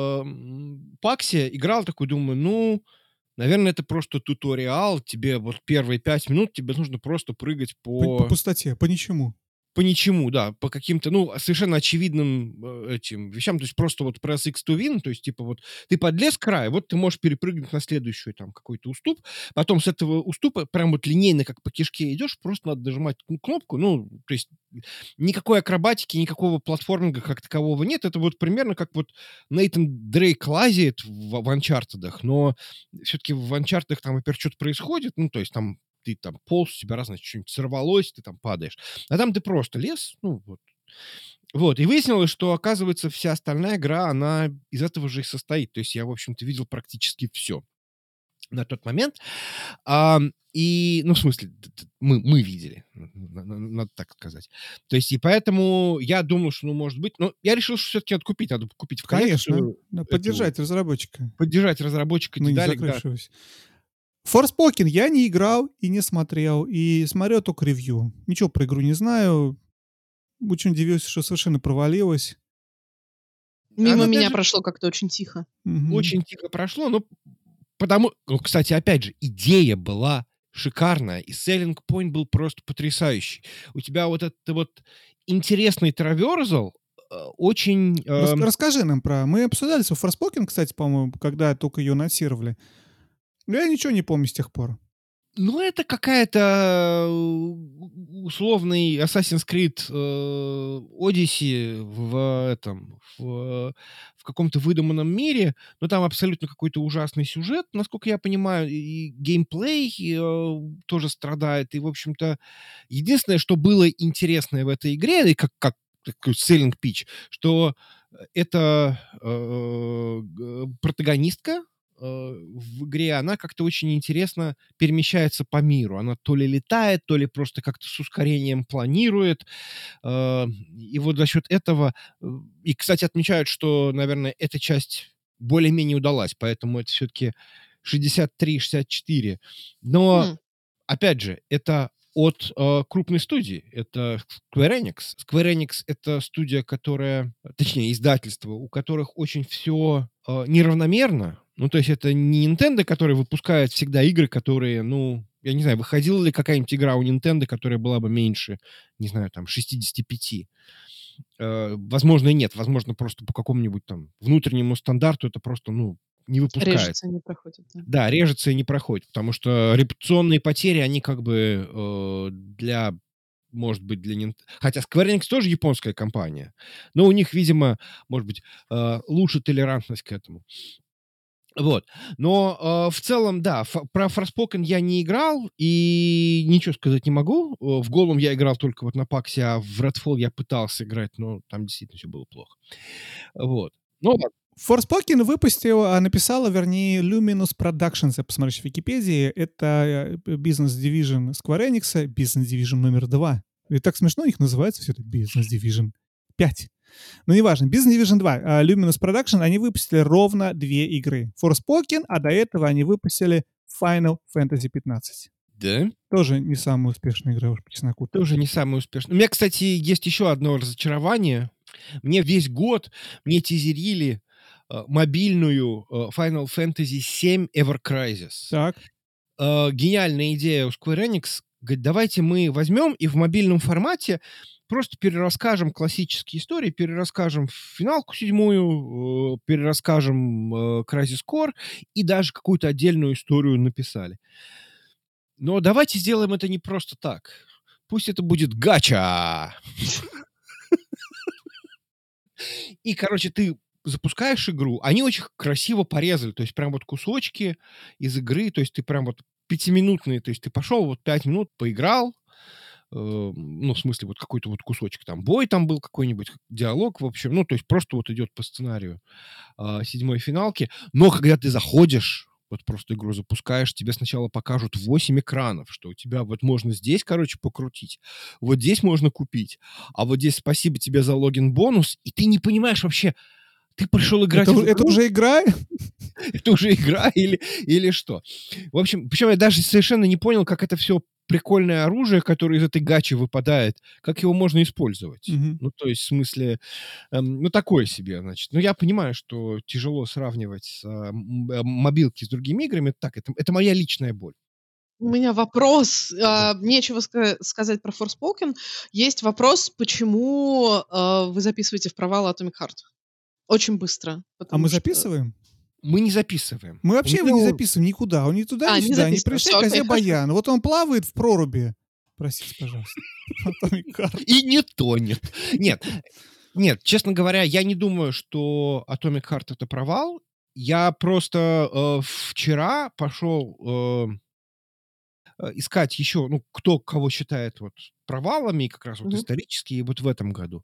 Паксе играл, такой думаю, ну, наверное, это просто туториал. Тебе вот первые 5 минут тебе нужно просто прыгать По пустоте, по ничему. по ничему, да, по каким-то, ну, совершенно очевидным этим вещам. То есть просто вот press X to win, то есть типа вот ты подлез к краю, вот ты можешь перепрыгнуть на следующий там какой-то уступ, потом с этого уступа прям вот линейно, как по кишке идешь, просто надо нажимать кнопку, ну, то есть никакой акробатики, никакого платформинга как такового нет. Это вот примерно как вот Нейтан Дрейк лазит в Uncharted, но все-таки в Uncharted там, во-первых, что-то происходит, ну, то есть там ты там полз, у тебя разное что-нибудь сорвалось, ты там падаешь. А там ты просто лез, ну, вот. Вот, и выяснилось, что, оказывается, вся остальная игра, она из этого же и состоит. То есть я, в общем-то, видел практически все на тот момент. Ну, в смысле, мы видели, надо так сказать. То есть, и поэтому я думал, что, ну, может быть... Но я решил, что все-таки откупить. Надо купить в Конечно. коллекцию. Да, поддержать разработчика. Поддержать разработчика Ну, не Дедалик, да. закрывшегося. Forspoken я не играл и не смотрел, и смотрел только ревью. Ничего про игру не знаю. Очень удивился, что совершенно провалилась. Мимо Она меня даже прошло как-то очень тихо. очень тихо прошло, но ну, кстати, опять же, идея была шикарная, и selling point был просто потрясающий. У тебя вот этот вот интересный траверзал, очень... Расскажи нам про... Мы обсуждали с Forspoken, кстати, по-моему, когда только ее анонсировали. Но я ничего не помню с тех пор. Ну, это какая-то условный Assassin's Creed Odyssey в каком-то выдуманном мире, но там абсолютно какой-то ужасный сюжет, насколько я понимаю, и геймплей тоже страдает, и, в общем-то, единственное, что было интересное в этой игре, и как такой selling pitch, что это протагонистка в игре, она как-то очень интересно перемещается по миру. Она то ли летает, то ли просто как-то с ускорением планирует. И вот за счет этого... И, кстати, отмечают, что, наверное, эта часть более-менее удалась, поэтому это все-таки 63-64. Но, опять же, это от крупной студии. Это Square Enix. Square Enix — это студия, которая... Точнее, издательство, у которых очень все неравномерно. Ну, то есть это не Nintendo, который выпускает всегда игры, которые, ну, я не знаю, выходила ли какая-нибудь игра у Nintendo, которая была бы меньше, не знаю, там, 65. Возможно, и нет. Возможно, просто по какому-нибудь там внутреннему стандарту это просто, ну, не выпускает. Режется, не проходит, да. Да, режется и не проходит, потому что репутационные потери, они как бы для... Может быть, для Nintendo... Хотя Square Enix тоже японская компания, но у них, видимо, может быть, лучше толерантность к этому. Вот. Но в целом, да, про Forspoken я не играл и ничего сказать не могу. В Голум я играл только вот на Паксе, а в Redfall я пытался играть, но там действительно все было плохо. Вот. Ну, ладно. Forspoken написала, вернее, Luminous Productions, я посмотрю в Википедии. Это бизнес-дивижн Square Enix, бизнес-дивижн номер 2. И так смешно их называется все это бизнес-дивижн 5. Но неважно. Business Division 2, Luminous Production, они выпустили ровно 2 игры. Forspoken, а до этого они выпустили Final Fantasy 15. Да? Тоже не самая успешная игра, уж по чесноку. Тоже не самая успешная. У меня, кстати, есть еще одно разочарование. Мне весь год тизерили мобильную Final Fantasy VII Ever Crisis. Так. Гениальная идея у Square Enix. Говорит, давайте мы возьмем и в мобильном формате просто перерасскажем классические истории, перерасскажем финалку 7, перерасскажем Crisis Core и даже какую-то отдельную историю написали. Но давайте сделаем это не просто так. Пусть это будет гача. И, короче, ты запускаешь игру, они очень красиво порезали, то есть прям вот кусочки из игры, то есть ты прям вот 5-минутные, то есть ты пошел, вот 5 минут поиграл, ну, в смысле, вот какой-то вот кусочек, там, бой там был какой-нибудь, диалог, в общем, ну, то есть просто вот идет по сценарию 7-й финалки, но когда ты заходишь, вот просто игру запускаешь, тебе сначала покажут 8 экранов, что у тебя вот можно здесь, короче, покрутить, вот здесь можно купить, а вот здесь спасибо тебе за логин-бонус, и ты не понимаешь вообще, ты пришел играть в игру? Это уже игра? Это уже игра или что? В общем, причем я даже совершенно не понял, как это все прикольное оружие, которое из этой гачи выпадает, как его можно использовать. Ну, то есть, в смысле, ну, такое себе, значит. Ну, я понимаю, что тяжело сравнивать мобилки с другими играми. Так, это моя личная боль. У меня вопрос. Нечего сказать про Forspoken. Есть вопрос, почему вы записываете в провал Atomic Heart? Очень быстро. А мы записываем? Мы не записываем. Мы вообще его не записываем никуда. Он ни туда, ни сюда. Не пришли к Азербайджану. Вот он плавает в проруби. Простите, пожалуйста. Atomic Heart. И не тонет. Нет, честно говоря, я не думаю, что Atomic Heart — это провал. Я просто вчера пошел искать еще, ну, кто кого считает вот провалами, как раз вот Мгм. исторические, вот в этом году.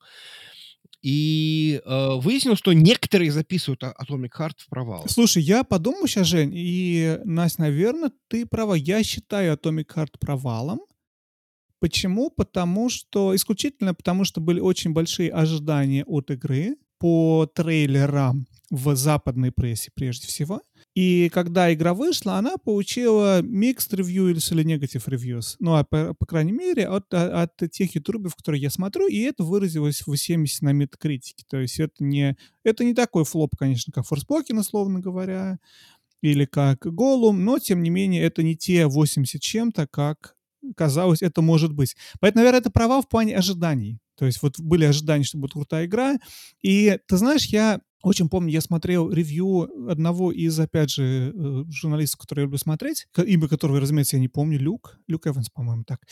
И выяснилось, что некоторые записывают Atomic Heart в провалы. Слушай, я подумал сейчас, Жень, и, Настя, наверное, ты права. Я считаю Atomic Heart провалом. Почему? Исключительно потому, что были очень большие ожидания от игры по трейлерам в западной прессе прежде всего. И когда игра вышла, она получила mixed reviews или negative reviews. Ну, по крайней мере, от тех ютуберов, которые я смотрю, и это выразилось в 70 на метакритике. То есть это не такой флоп, конечно, как Forspoken, условно говоря, или как Gollum, но, тем не менее, это не те 80 чем-то, как казалось, это может быть. Поэтому, наверное, это провал в плане ожиданий. То есть вот были ожидания, что будет крутая игра. И ты знаешь, я очень помню, я смотрел ревью одного из, опять же, журналистов, которые я люблю смотреть, имя которого, разумеется, я не помню, Люк Эванс, по-моему, так.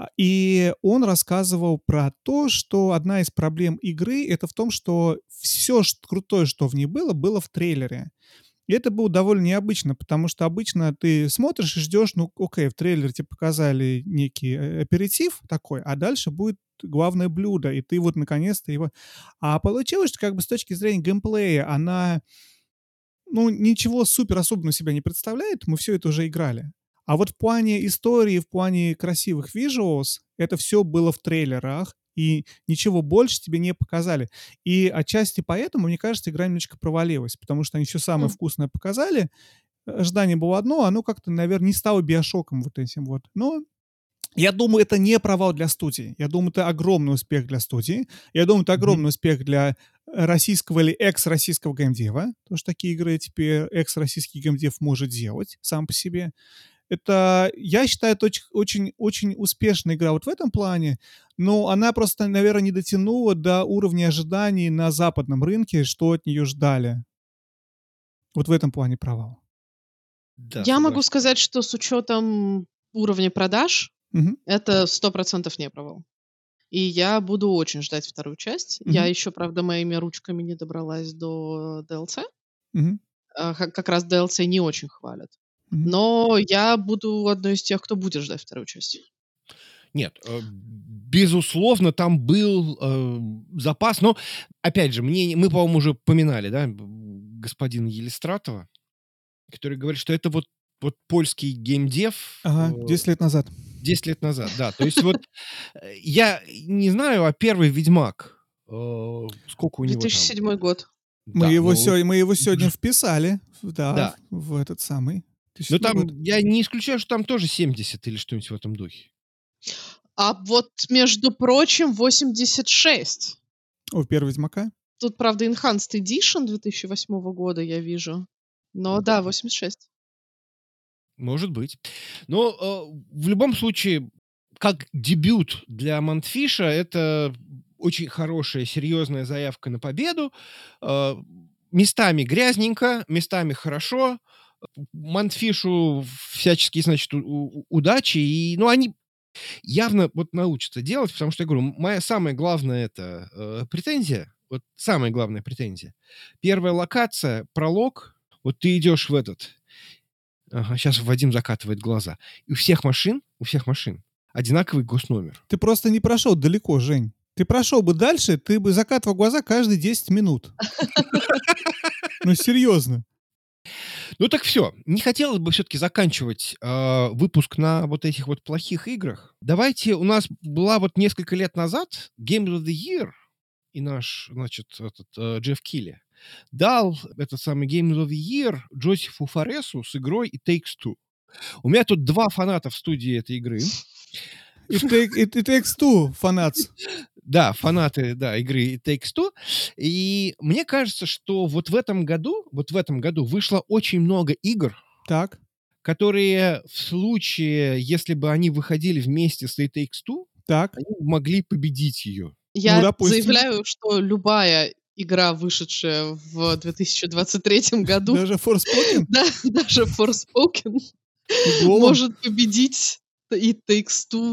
И он рассказывал про то, что одна из проблем игры — это в том, что все крутое, что в ней было в трейлере. И это было довольно необычно, потому что обычно ты смотришь и ждешь, ну, окей, в трейлере тебе показали некий аперитив такой, а дальше будет главное блюдо, и ты вот наконец-то его... А получилось, что как бы с точки зрения геймплея она, ну, ничего супер особенного себя не представляет, мы все это уже играли. А вот в плане истории, в плане красивых visuals, это все было в трейлерах, и ничего больше тебе не показали. И отчасти поэтому, мне кажется, игра немножечко провалилась, потому что они все самое М. вкусное показали, ожидание было одно, оно как-то, наверное, не стало биошоком вот этим вот. Но я думаю, это не провал для студии. Я думаю, это огромный успех для студии. Я думаю, это огромный успех для российского или экс-российского геймдева, потому что такие игры теперь экс-российский геймдев может делать сам по себе. Это, я считаю, это очень успешная игра вот в этом плане, но она просто, наверное, не дотянула до уровня ожиданий на западном рынке, что от нее ждали. Вот в этом плане провал. Да, Я могу согласен. сказать, что с учетом уровня продаж Мгм. это 100% не провал. И я буду очень ждать вторую часть. Я Мгм. еще, правда, моими ручками не добралась до DLC. Мгм. Как раз DLC не очень хвалят. Мгм. Но я буду одной из тех, кто будет ждать вторую часть. Нет, безусловно, там был запас. Но, опять же, мы, по-моему, уже поминали, да, господина Елистратова, который говорит, что это вот польский геймдев Ага, 10 лет назад. 10 лет назад, да. То есть вот я не знаю, а первый «Ведьмак», сколько у него там? 2007 год. Мы Да, его ну, сегодня вписали, да, да. в этот самый Но 2007 там, год. я не исключаю, что там тоже 70 или что-нибудь в этом духе. А вот, между прочим, 86. О, первый Ведьмака? Тут, правда, Enhanced Edition 2008 года я вижу. Но да, 86. Может быть. Но в любом случае, как дебют для Монтфиша, это очень хорошая, серьезная заявка на победу. Местами грязненько, местами хорошо. Монтфишу всяческие, значит, удачи. И, ну, они явно вот научатся делать, потому что, я говорю, моя самая главная претензия, вот самая главная претензия. Первая локация, пролог, вот ты идешь в этот... Ага, сейчас Вадим закатывает глаза. И у всех машин одинаковый госномер. Ты просто не прошел далеко, Жень. Ты прошел бы дальше, ты бы закатывал глаза каждые 10 минут. Ну, серьезно. Ну так все. Не хотелось бы все-таки заканчивать выпуск на вот этих вот плохих играх. Давайте, у нас была вот несколько лет назад Game of the Year, и наш, значит, Джефф Килли дал этот самый Game of the Year Джозефу Форесу с игрой It Takes Two. У меня тут два фаната в студии этой игры. It Takes Two, фанатс. Да, фанаты, да, игры It Takes Two. И мне кажется, что вот в этом году вышло очень много игр, Так, которые в случае, если бы они выходили вместе с It Takes Two, так. они могли победить ее. Я допустим. заявляю, что любая игра, вышедшая в 2023 году, Даже Forspoken? да, даже Forspoken, Голом? может победить It Takes Two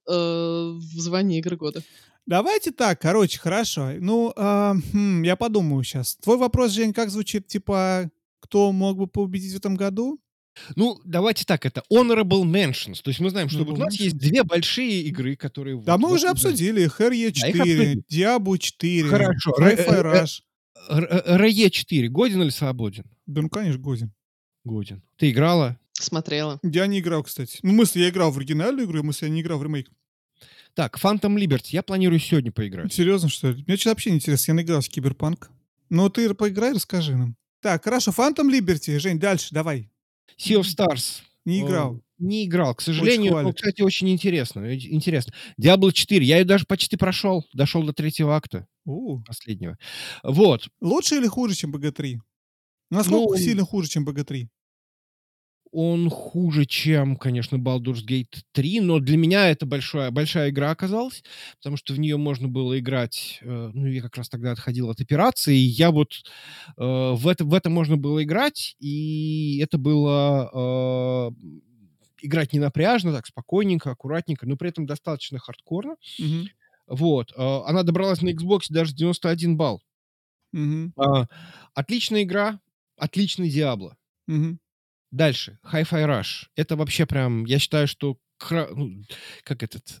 в звании игры года. Давайте так, короче, хорошо. Ну, я подумаю сейчас. Твой вопрос, Жень, как звучит? Типа, кто мог бы победить в этом году? Ну, давайте так, это honorable mentions. То есть мы знаем, что вот у Honorable нас есть mentions. 2 большие игры, которые Да, вот мы в уже этом году. обсудили их. Да, их RE4, обсудили. Diablo 4, Хорошо. Hi-Fi Rush. RE4 годен или свободен? Да, ну, конечно, годен. Годен. Ты играла? Смотрела. Я не играл, кстати. Ну, в смысле, я играл в оригинальную игру, в смысле, я не играл в ремейк. Так, Phantom Liberty. Я планирую сегодня поиграть. Серьезно, что ли? Мне что-то вообще не интересно. Я наиграл в Киберпанк. Ну, ты поиграй, расскажи нам. Так, хорошо, Phantom Liberty. Жень, дальше, давай. Sea of Stars. Не играл. Не играл, к Очень сожалению. Но, хвалят. кстати, очень интересно. Интересно. Diablo 4. Я ее даже почти прошел. Дошел до 3-го акта последнего. Вот. Лучше или хуже, чем БГ-3? Ну, Насколько сильно хуже, чем БГ-3? он хуже, чем, конечно, Baldur's Gate 3, но для меня это большая игра оказалась, потому что в нее можно было играть, ну, я как раз тогда отходил от операции, и я вот в это можно было играть, и это было играть не напряжно, так, спокойненько, аккуратненько, но при этом достаточно хардкорно. Мгм. Вот. Она добралась на Xbox даже 91 балл. Мгм. Отличная игра, отличный Диабло. Мгм. Дальше. Hi-Fi Rush. Это вообще прям, я считаю, что как этот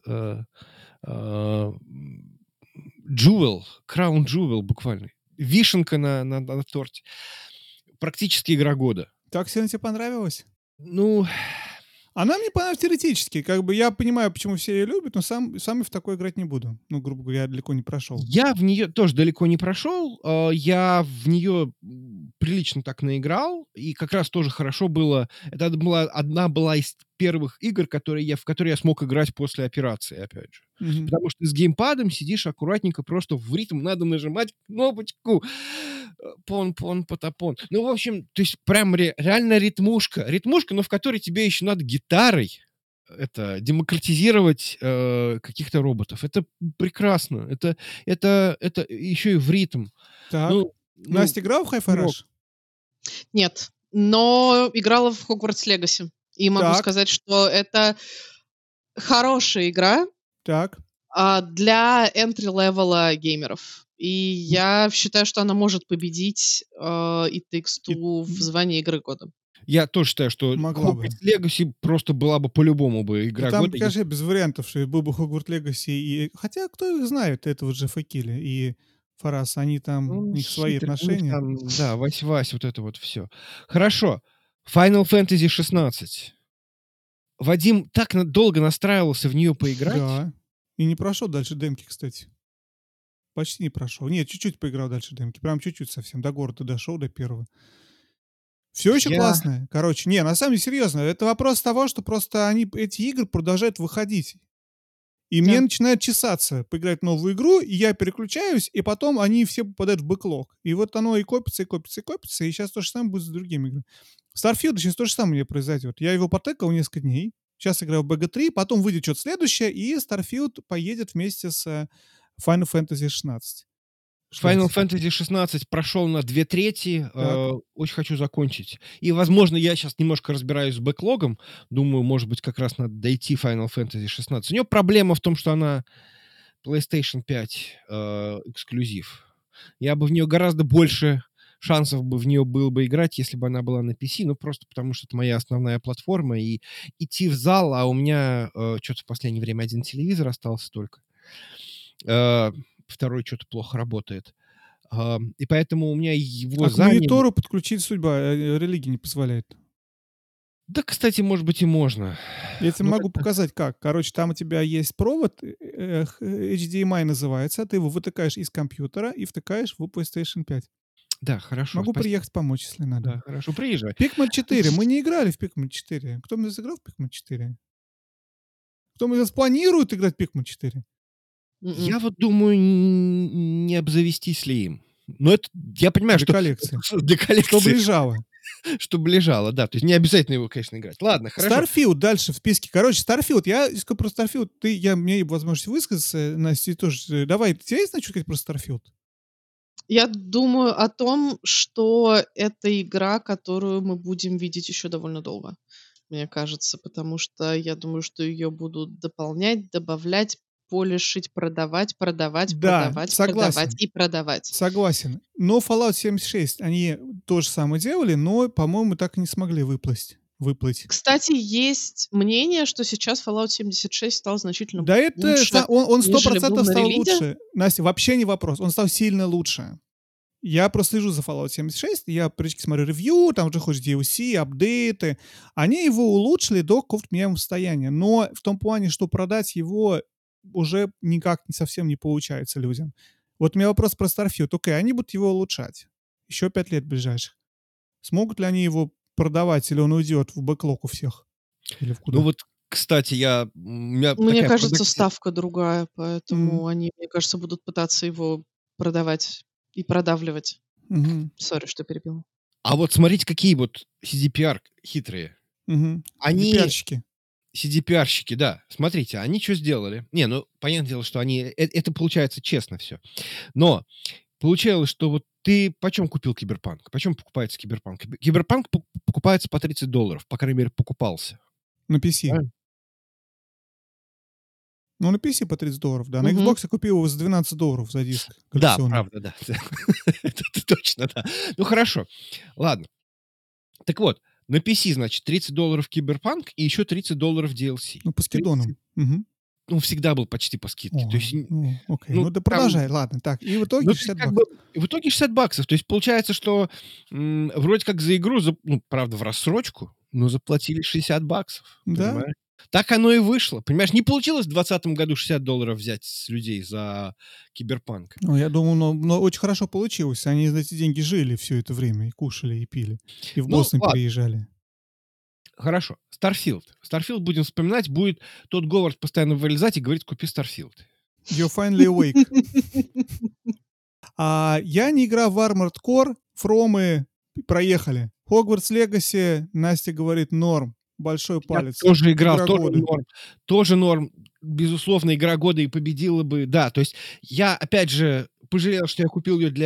Jewel, Crown Jewel буквально. Вишенка на торте. Практически игра года. Так сильно тебе понравилось? Ну, Она мне понравилась теоретически. Как бы я понимаю, почему все ее любят, но сам я в такой играть не буду. Ну, грубо говоря, я далеко не прошел. я в нее тоже далеко не прошел. Я в нее прилично так наиграл. И как раз тоже хорошо было. Это была из первых игр, в которые я смог играть после операции, опять же. Мгм. Потому что с геймпадом сидишь аккуратненько, просто в ритм надо нажимать кнопочку. Пон-пон-потапон. Ну, в общем, то есть прям реально ритмушка. Ритмушка, но в которой тебе еще надо гитарой демократизировать каких-то роботов. Это прекрасно. Это еще и в ритм. Так. Ну, Настя играла в Hi-Fi рок. Rush? Нет, но играла в Hogwarts Legacy. И могу Так. сказать, что это хорошая игра Так. для entry-level геймеров. И я считаю, что она может победить It Takes Two в звании игры года. Я тоже считаю, что Могла бы. Hogwarts Legacy просто была бы по-любому бы игра Ну, там, года. конечно, без вариантов, что был бы Hogwarts Legacy и... Хотя, кто их знает, этого Джеффа Килли и Фарас, они там, у них свои Хитрый, у них отношения. там, да, Вась-Вась, вот это вот все. Хорошо. Final Fantasy 16. Вадим так долго настраивался в нее поиграть. Да. И не прошел дальше демки, кстати. Почти не прошел. Нет, чуть-чуть поиграл дальше демки. Прям чуть-чуть совсем. До города дошел, до первого. Все еще Я- классно. Короче, не, на самом деле, серьезно. Это вопрос того, что просто эти игры продолжают выходить. И мне Да. начинает чесаться поиграть в новую игру, и я переключаюсь, и потом они все попадают в бэклог. И вот оно и копится, и копится, и копится, и сейчас то же самое будет с другими играми. Starfield сейчас то же самое мне произойдет. Я его потыкал несколько дней, сейчас играю в BG3, потом выйдет что-то следующее, и Starfield поедет вместе с Final Fantasy 16. Final Fantasy 16 прошел на 2/3. Так. Очень хочу закончить. И, возможно, я сейчас немножко разбираюсь с бэклогом. Думаю, может быть, как раз надо дойти Final Fantasy 16. У нее проблема в том, что она PlayStation 5 эксклюзив. Я бы в нее гораздо больше шансов бы в нее было бы играть, если бы она была на PC, ну, просто потому что это моя основная платформа, и идти в зал, а у меня что-то в последнее время один телевизор остался только. Второй что-то плохо работает. И поэтому у меня его А к заняли. монитору подключить судьба, религия не позволяет. Да, кстати, может быть, и можно. Я тебе Ну, могу показать, как. Короче, там у тебя есть провод, HDMI называется, ты его вытыкаешь из компьютера и втыкаешь в PlayStation 5. Да, хорошо. Могу спасибо. приехать помочь, если надо. Да, хорошо, приезжай. Pikmin 4. Мы не играли в Pikmin 4. Кто из нас играл в Pikmin 4? Кто из нас планирует играть в Pikmin 4? Я вот думаю, не обзавестись ли им. Но это, я понимаю, Для что... коллекции. Для коллекции. Чтобы лежало. Чтобы лежало, да. То есть не обязательно его, конечно, играть. Ладно, хорошо. Starfield дальше в списке. Короче, Starfield. Я скажу про Starfield. Мне есть возможность высказаться. Настя, тоже. Давай, тебе есть что сказать про Starfield? Я думаю о том, что это игра, которую мы будем видеть еще довольно долго. мне кажется, потому что я думаю, что ее будут дополнять, добавлять, полишить, продавать, продавать, Да, продавать, продавать согласен. и продавать. Согласен. Но Fallout 76, они то же самое делали, но, по-моему, так и не смогли выплыть. Кстати, есть мнение, что сейчас Fallout 76 стал значительно Да это лучше, он нежели был 100% на стал релизе. лучше. Настя, вообще не вопрос. Он стал сильно лучше. Я просто слежу за Fallout 76, я практически смотрю ревью, там же ходят DLC, апдейты. Они его улучшили до какого-то меняемого состояния. Но в том плане, что продать его уже никак не совсем не получается людям. Вот у меня вопрос про Starfield. Окей, они будут его улучшать. Еще 5 лет ближайших. Смогут ли они его продавать, или он уйдет в бэклог у всех? Или в Ну куда? вот, кстати, у меня Мне такая кажется, прогнозия. ставка другая, Мгм. поэтому они, мне кажется, будут пытаться его продавать и продавливать. Мгм. Сори, что перебила. А вот смотрите, какие вот CDPR хитрые. Мгм. Они, CDPR-щики. CDPR-щики, да. Смотрите, они что сделали? Не, ну, понятное дело, что это получается честно все. Но получалось, что вот ты почем купил Киберпанк? Почем покупается Киберпанк? Киберпанк покупается по $30, по крайней мере, покупался. На PC. Правильно? Ну, на PC по $30, да. На Мгм. Xbox я купил его за $12 за диск Да, коллекционный. правда, да. Это точно, да. Ну, хорошо. Ладно. Так вот, на PC, значит, $30 Киберпанк и еще $30 DLC. Ну, по 30, скидонам. Мгм. ну, всегда был почти по скидке. То О, есть, ну, окей. ну, Ну, да там, продолжай. Ладно, так. И в итоге ну, то есть, как $60. бы, в итоге $60. То есть, получается, что вроде как за игру, ну, правда, в рассрочку, но заплатили $60, Да? понимаешь? Так оно и вышло. Понимаешь, не получилось в 2020 году $60 взять с людей за Киберпанк. Ну, я думаю, но очень хорошо получилось. Они за эти деньги жили все это время, и кушали, и пили. И в Ну, Бостон ладно. переезжали. Хорошо. Starfield. Starfield будем вспоминать. Будет тот Говард постоянно вылезать и говорить: купи Starfield. You're finally awake. Я не играл в Armored Core, Фромы проехали. Hogwarts Legacy, Настя говорит, норм. Большой Я палец. тоже играл, Игра тоже года. норм. Тоже норм. Безусловно, игра года и победила бы. Да, то есть я, опять же, пожалел, что я купил ее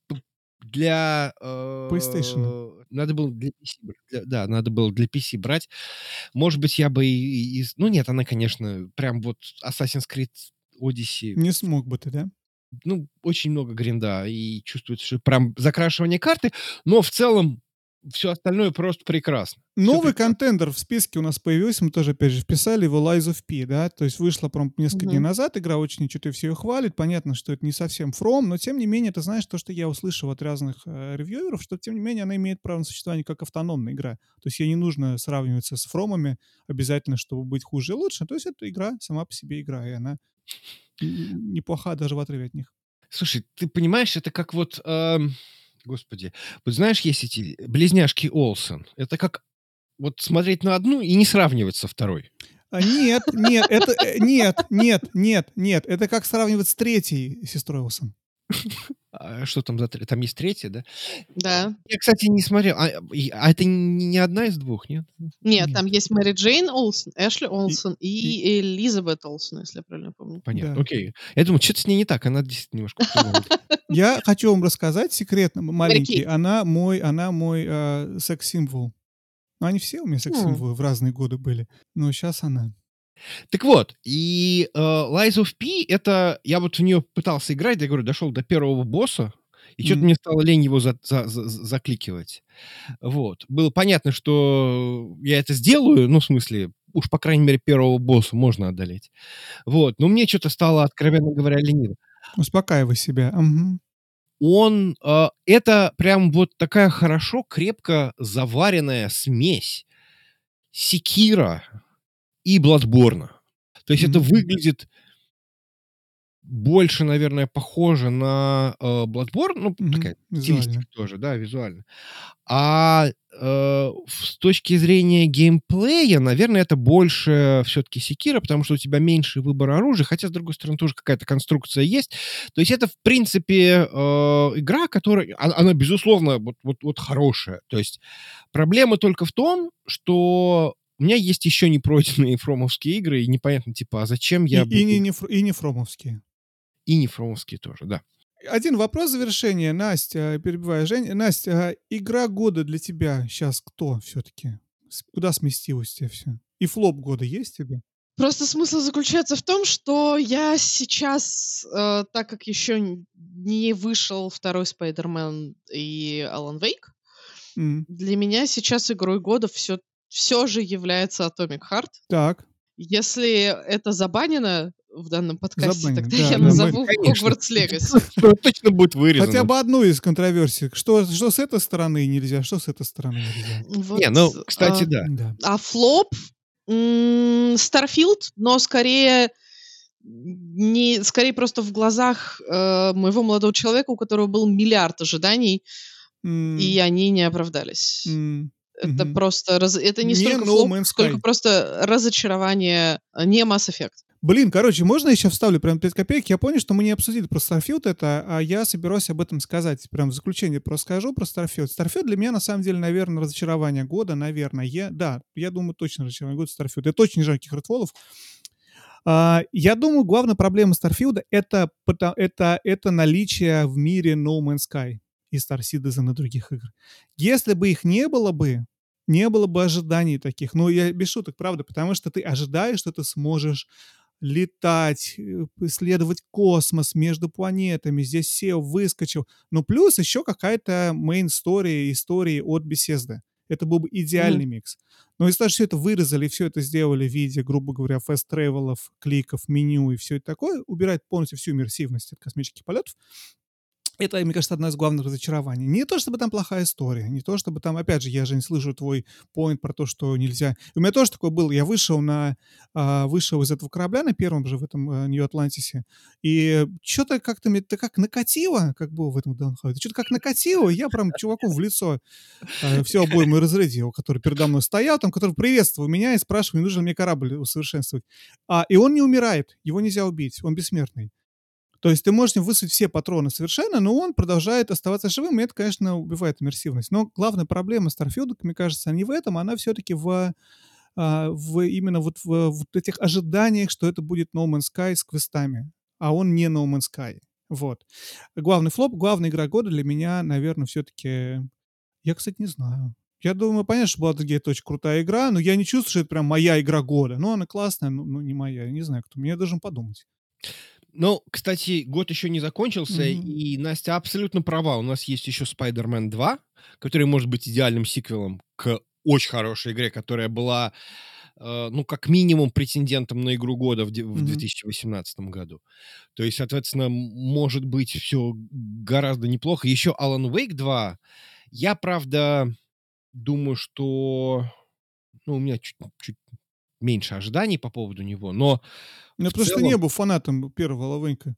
для, PlayStation. надо было для PC да, надо было для PC брать. Может быть, я бы ну нет, она, конечно, прям вот Assassin's Creed Odyssey, Не смог бы ты, да? ну, очень много гринда, и чувствуется, что прям закрашивание карты, но в целом все остальное просто прекрасно. Все Новый прекрасно. контендер в списке у нас появился, мы тоже, опять же, вписали его Lies of P, да, то есть вышла прям несколько дней Мгм. назад, игра очень что-то все ее хвалит, понятно, что это не совсем From, но тем не менее, ты знаешь, то, что я услышал от разных ревьюеров, что тем не менее она имеет право на существование как автономная игра, то есть ей не нужно сравниваться с Фромами обязательно, чтобы быть хуже и лучше, то есть это игра, сама по себе игра, и она неплоха даже в отрыве от них. Слушай, ты понимаешь, это как вот, господи, вот знаешь, есть эти близняшки Олсен. Это как вот смотреть на одну и не сравнивать со второй. Нет, нет, это нет, нет, нет, нет, это как сравнивать с третьей сестрой Олсен. Что там там есть третья, да? Да. Я, кстати, не смотрел. А это не одна из двух, нет? Нет, Нет. там есть Мэри Джейн Олсен, Эшли И, Олсен и, и Элизабет Олсен, если я правильно помню. Понятно, да. окей. Я думаю, что то с ней не так, она действительно немножко по-другому. Я хочу вам рассказать секрет Мэри маленький. Кейт. Она мой секс-символ. Ну, они все у меня М. секс-символы в разные годы были. Но сейчас она. Так вот, и, Lies of P — это я вот в нее пытался играть, я говорю, дошел до первого босса, и что то М. мне стало лень его закликивать. Вот. Было понятно, что я это сделаю, ну, в смысле, уж, по крайней мере, первого босса можно одолеть. Вот. Но мне что то стало, откровенно говоря, лениво. Успокаивай себя. Мгм. Это прям вот такая хорошо, крепко заваренная смесь Секира и Bloodborne. То есть это Мгм. выглядит больше, наверное, похоже на, Bloodborne, ну, Мгм. такая Визуально. стилистика тоже, да, визуально. С точки зрения геймплея, наверное, это больше все-таки Секира, потому что у тебя меньше выбора оружия, хотя, с другой стороны, тоже какая-то конструкция есть. То есть это, в принципе, игра, которая, она, безусловно, вот хорошая. То есть проблема только в том, что у меня есть еще не пройденные фромовские игры, и непонятно, типа, а зачем И, я и, буду... не фромовские. И не фромовские тоже, да. Один вопрос завершения, Настя, перебивая Жень. Настя, игра года для тебя сейчас кто все-таки? Куда сместилось у тебя все? И флоп года есть тебе? Просто смысл заключается в том, что я сейчас, так как еще не вышел второй Спайдермен и Алан Вейк, М. для меня сейчас игрой года все же является Atomic Heart. Так, Если это забанено в данном подкасте, забанено. тогда Да, я да, мы назову Конечно. Hogwarts Legacy. Точно будет хотя вырезано. бы одну из контроверсий. Что с этой стороны нельзя, что с этой стороны нельзя. Вот, Не, ну, кстати, да. Да. а флоп Starfield, но скорее просто в глазах моего молодого человека, у которого был миллиард ожиданий, и М, они не оправдались. м, Это мгм. просто это не Не столько No флоп, Man's сколько Sky. просто разочарование, не Mass Effect. Блин, короче, можно я еще вставлю прям 5 копеек? Я понял, что мы не обсудили про Starfield это, а я собираюсь об этом сказать. Прям в заключение просто скажу про Starfield. Starfield для меня, на самом деле, наверное, разочарование года, наверное. Да, я думаю, точно разочарование года Starfield. Это очень жарких редфолов. Я думаю, главная проблема Starfield это наличие в мире No Man's Sky и Star Citizen и других игр. Если бы их не было бы ожиданий таких. Ну, я без шуток, правда, потому что ты ожидаешь, что ты сможешь летать, исследовать космос между планетами. Здесь SEO выскочил. Ну, плюс еще какая-то main story, истории от Bethesda. Это был бы идеальный микс. Но если даже все это вырезали и все это сделали в виде, грубо говоря, фест-тревелов, кликов, меню и все это такое, убирает полностью всю иммерсивность от космических полетов, это, мне кажется, одно из главных разочарований. Не то, чтобы там плохая история, не то, чтобы там, опять же, я же не слышу твой поинт про то, что нельзя. У меня тоже такое было. Я вышел из этого корабля на первом же в этом Нью-Атлантисе, и что-то как-то мне как накатило, как было в этом Даунхаусе, что-то как накатило, и я прям чуваку в лицо все обойму и разрядил, который передо мной стоял, там, который приветствовал меня и спрашивал, не нужен мне корабль усовершенствовать. И он не умирает, его нельзя убить, он бессмертный. То есть ты можешь им высадить все патроны совершенно, но он продолжает оставаться живым, и это, конечно, убивает иммерсивность. Но главная проблема Starfield, мне кажется, не в этом, она все-таки именно вот этих ожиданиях, что это будет No Man's Sky с квестами, а он не No Man's Sky. Вот. Главный флоп, главная игра года для меня, наверное, все-таки... Я, кстати, не знаю. Я думаю, понятно, что Baldur's Gate очень крутая игра, но я не чувствую, что это прям моя игра года. Ну, она классная, но не моя. Я не знаю, кто. Мне должен подумать. Ну, кстати, год еще не закончился, Мгм. и Настя абсолютно права. У нас есть еще Spider-Man 2, который может быть идеальным сиквелом к очень хорошей игре, которая была, ну, как минимум, претендентом на игру года в Мгм. 2018 году. То есть, соответственно, может быть все гораздо неплохо. Еще Alan Wake 2. Я, правда, думаю, что... Ну, у меня чуть меньше ожиданий по поводу него, но Я в просто не целом... был фанатом первого Лавенька.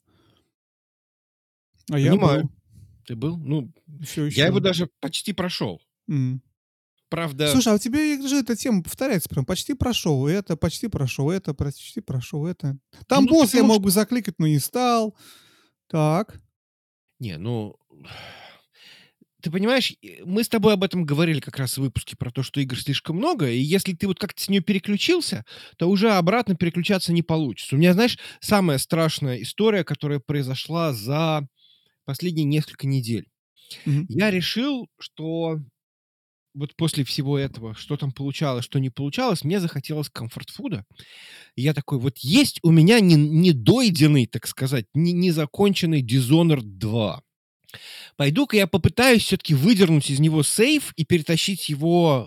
А я Понимаю. был. Ты был? Ну, Все я его еще. даже почти прошел. Правда, Слушай, а у тебя же эта тема повторяется прям. Почти прошел это, почти прошел это, почти прошел это. Там ну, босс я потому что... мог бы закликать, но не стал. Так. Не, ну... Ты понимаешь, мы с тобой об этом говорили как раз в выпуске про то, что игр слишком много, и если ты вот как-то с нее переключился, то уже обратно переключаться не получится. У меня, знаешь, самая страшная история, которая произошла за последние несколько недель. Мгм. Я решил, что вот после всего этого, что там получалось, что не получалось, мне захотелось комфорт-фуда. И я такой, вот есть у меня недойденный, так сказать, незаконченный Dishonored 2. Пойду-ка я попытаюсь все-таки выдернуть из него сейф и перетащить его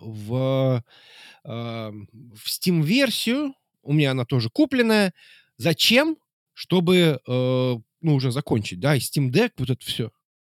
в Steam-версию. У меня она тоже купленная. Зачем? Чтобы, ну, уже закончить, да, и Steam Deck, вот это все.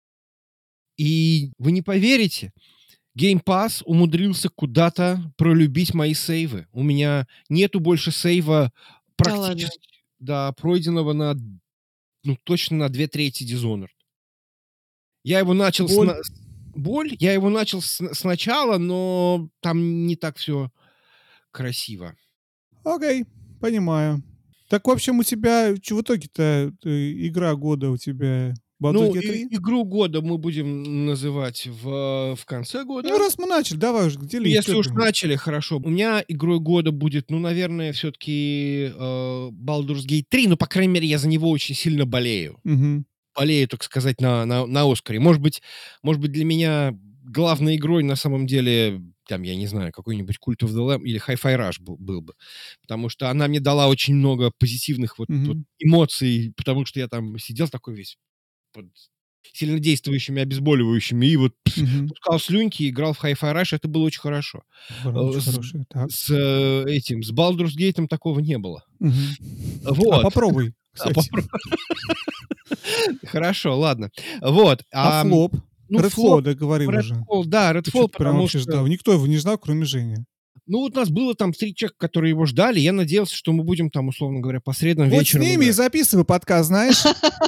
И вы не поверите, Game Pass умудрился куда-то пролюбить мои сейвы. У меня нету больше сейва Да ладно. практически, да, пройденного ну, точно на 2/3 Dishonored. Я его начал... Боль. Боль? Я его начал сначала, но там не так все красиво. Окей, понимаю. Так, в общем, у тебя в итоге-то игра года у тебя Baldur's Ну, Gate 3? игру года мы будем называть в конце Ну, года. раз мы начали, давай уже, делись. Если Чё уж ты? начали, хорошо. У меня игрой года будет, ну, наверное, все-таки Baldur's Gate 3, ну, по крайней мере, я за него очень сильно болею. Мгм. Болею, так сказать, на Оскаре. Может быть, для меня главной игрой на самом деле там, я не знаю, какой-нибудь Cult of the Lamb или Hi-Fi Rush был бы. Потому что она мне дала очень много позитивных вот эмоций, потому что я там сидел такой весь под сильнодействующими обезболивающими и вот пускал слюньки и играл в Hi-Fi Rush. Это было очень хорошо. Очень хорошо, так. С Baldur's Gate такого не было. А Вот. попробуй, кстати. Хорошо, ладно. Вот. А флоп? Ну, Redfall договорил уже. Redfall, да, Redfall, потому что... Никто его не знал, кроме Жени. Ну, вот у нас было там 3 человека, которые его ждали. Я надеялся, что мы будем там, условно говоря, по средам вечером... Вот с ними и записывай подкаст, знаешь?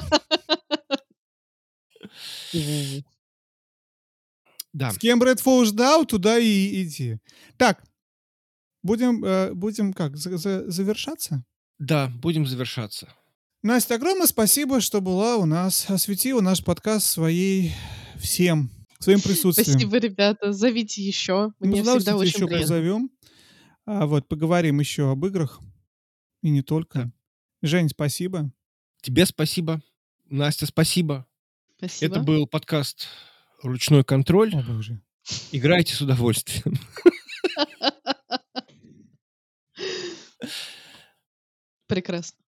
Да. С кем Redfall ждал, туда и иди. Так, будем как, завершаться? Да, будем завершаться. Настя, огромное спасибо, что была у нас, осветила наш подкаст своим присутствием. Спасибо, ребята. Зовите еще. Мне всегда очень еще приятно. позовем. Поговорим еще об играх. И не только. Да. Жень, спасибо. Тебе спасибо. Настя, спасибо. Спасибо. Это был подкаст «Ручной контроль». О, боже. Играйте с удовольствием. Прекрасно.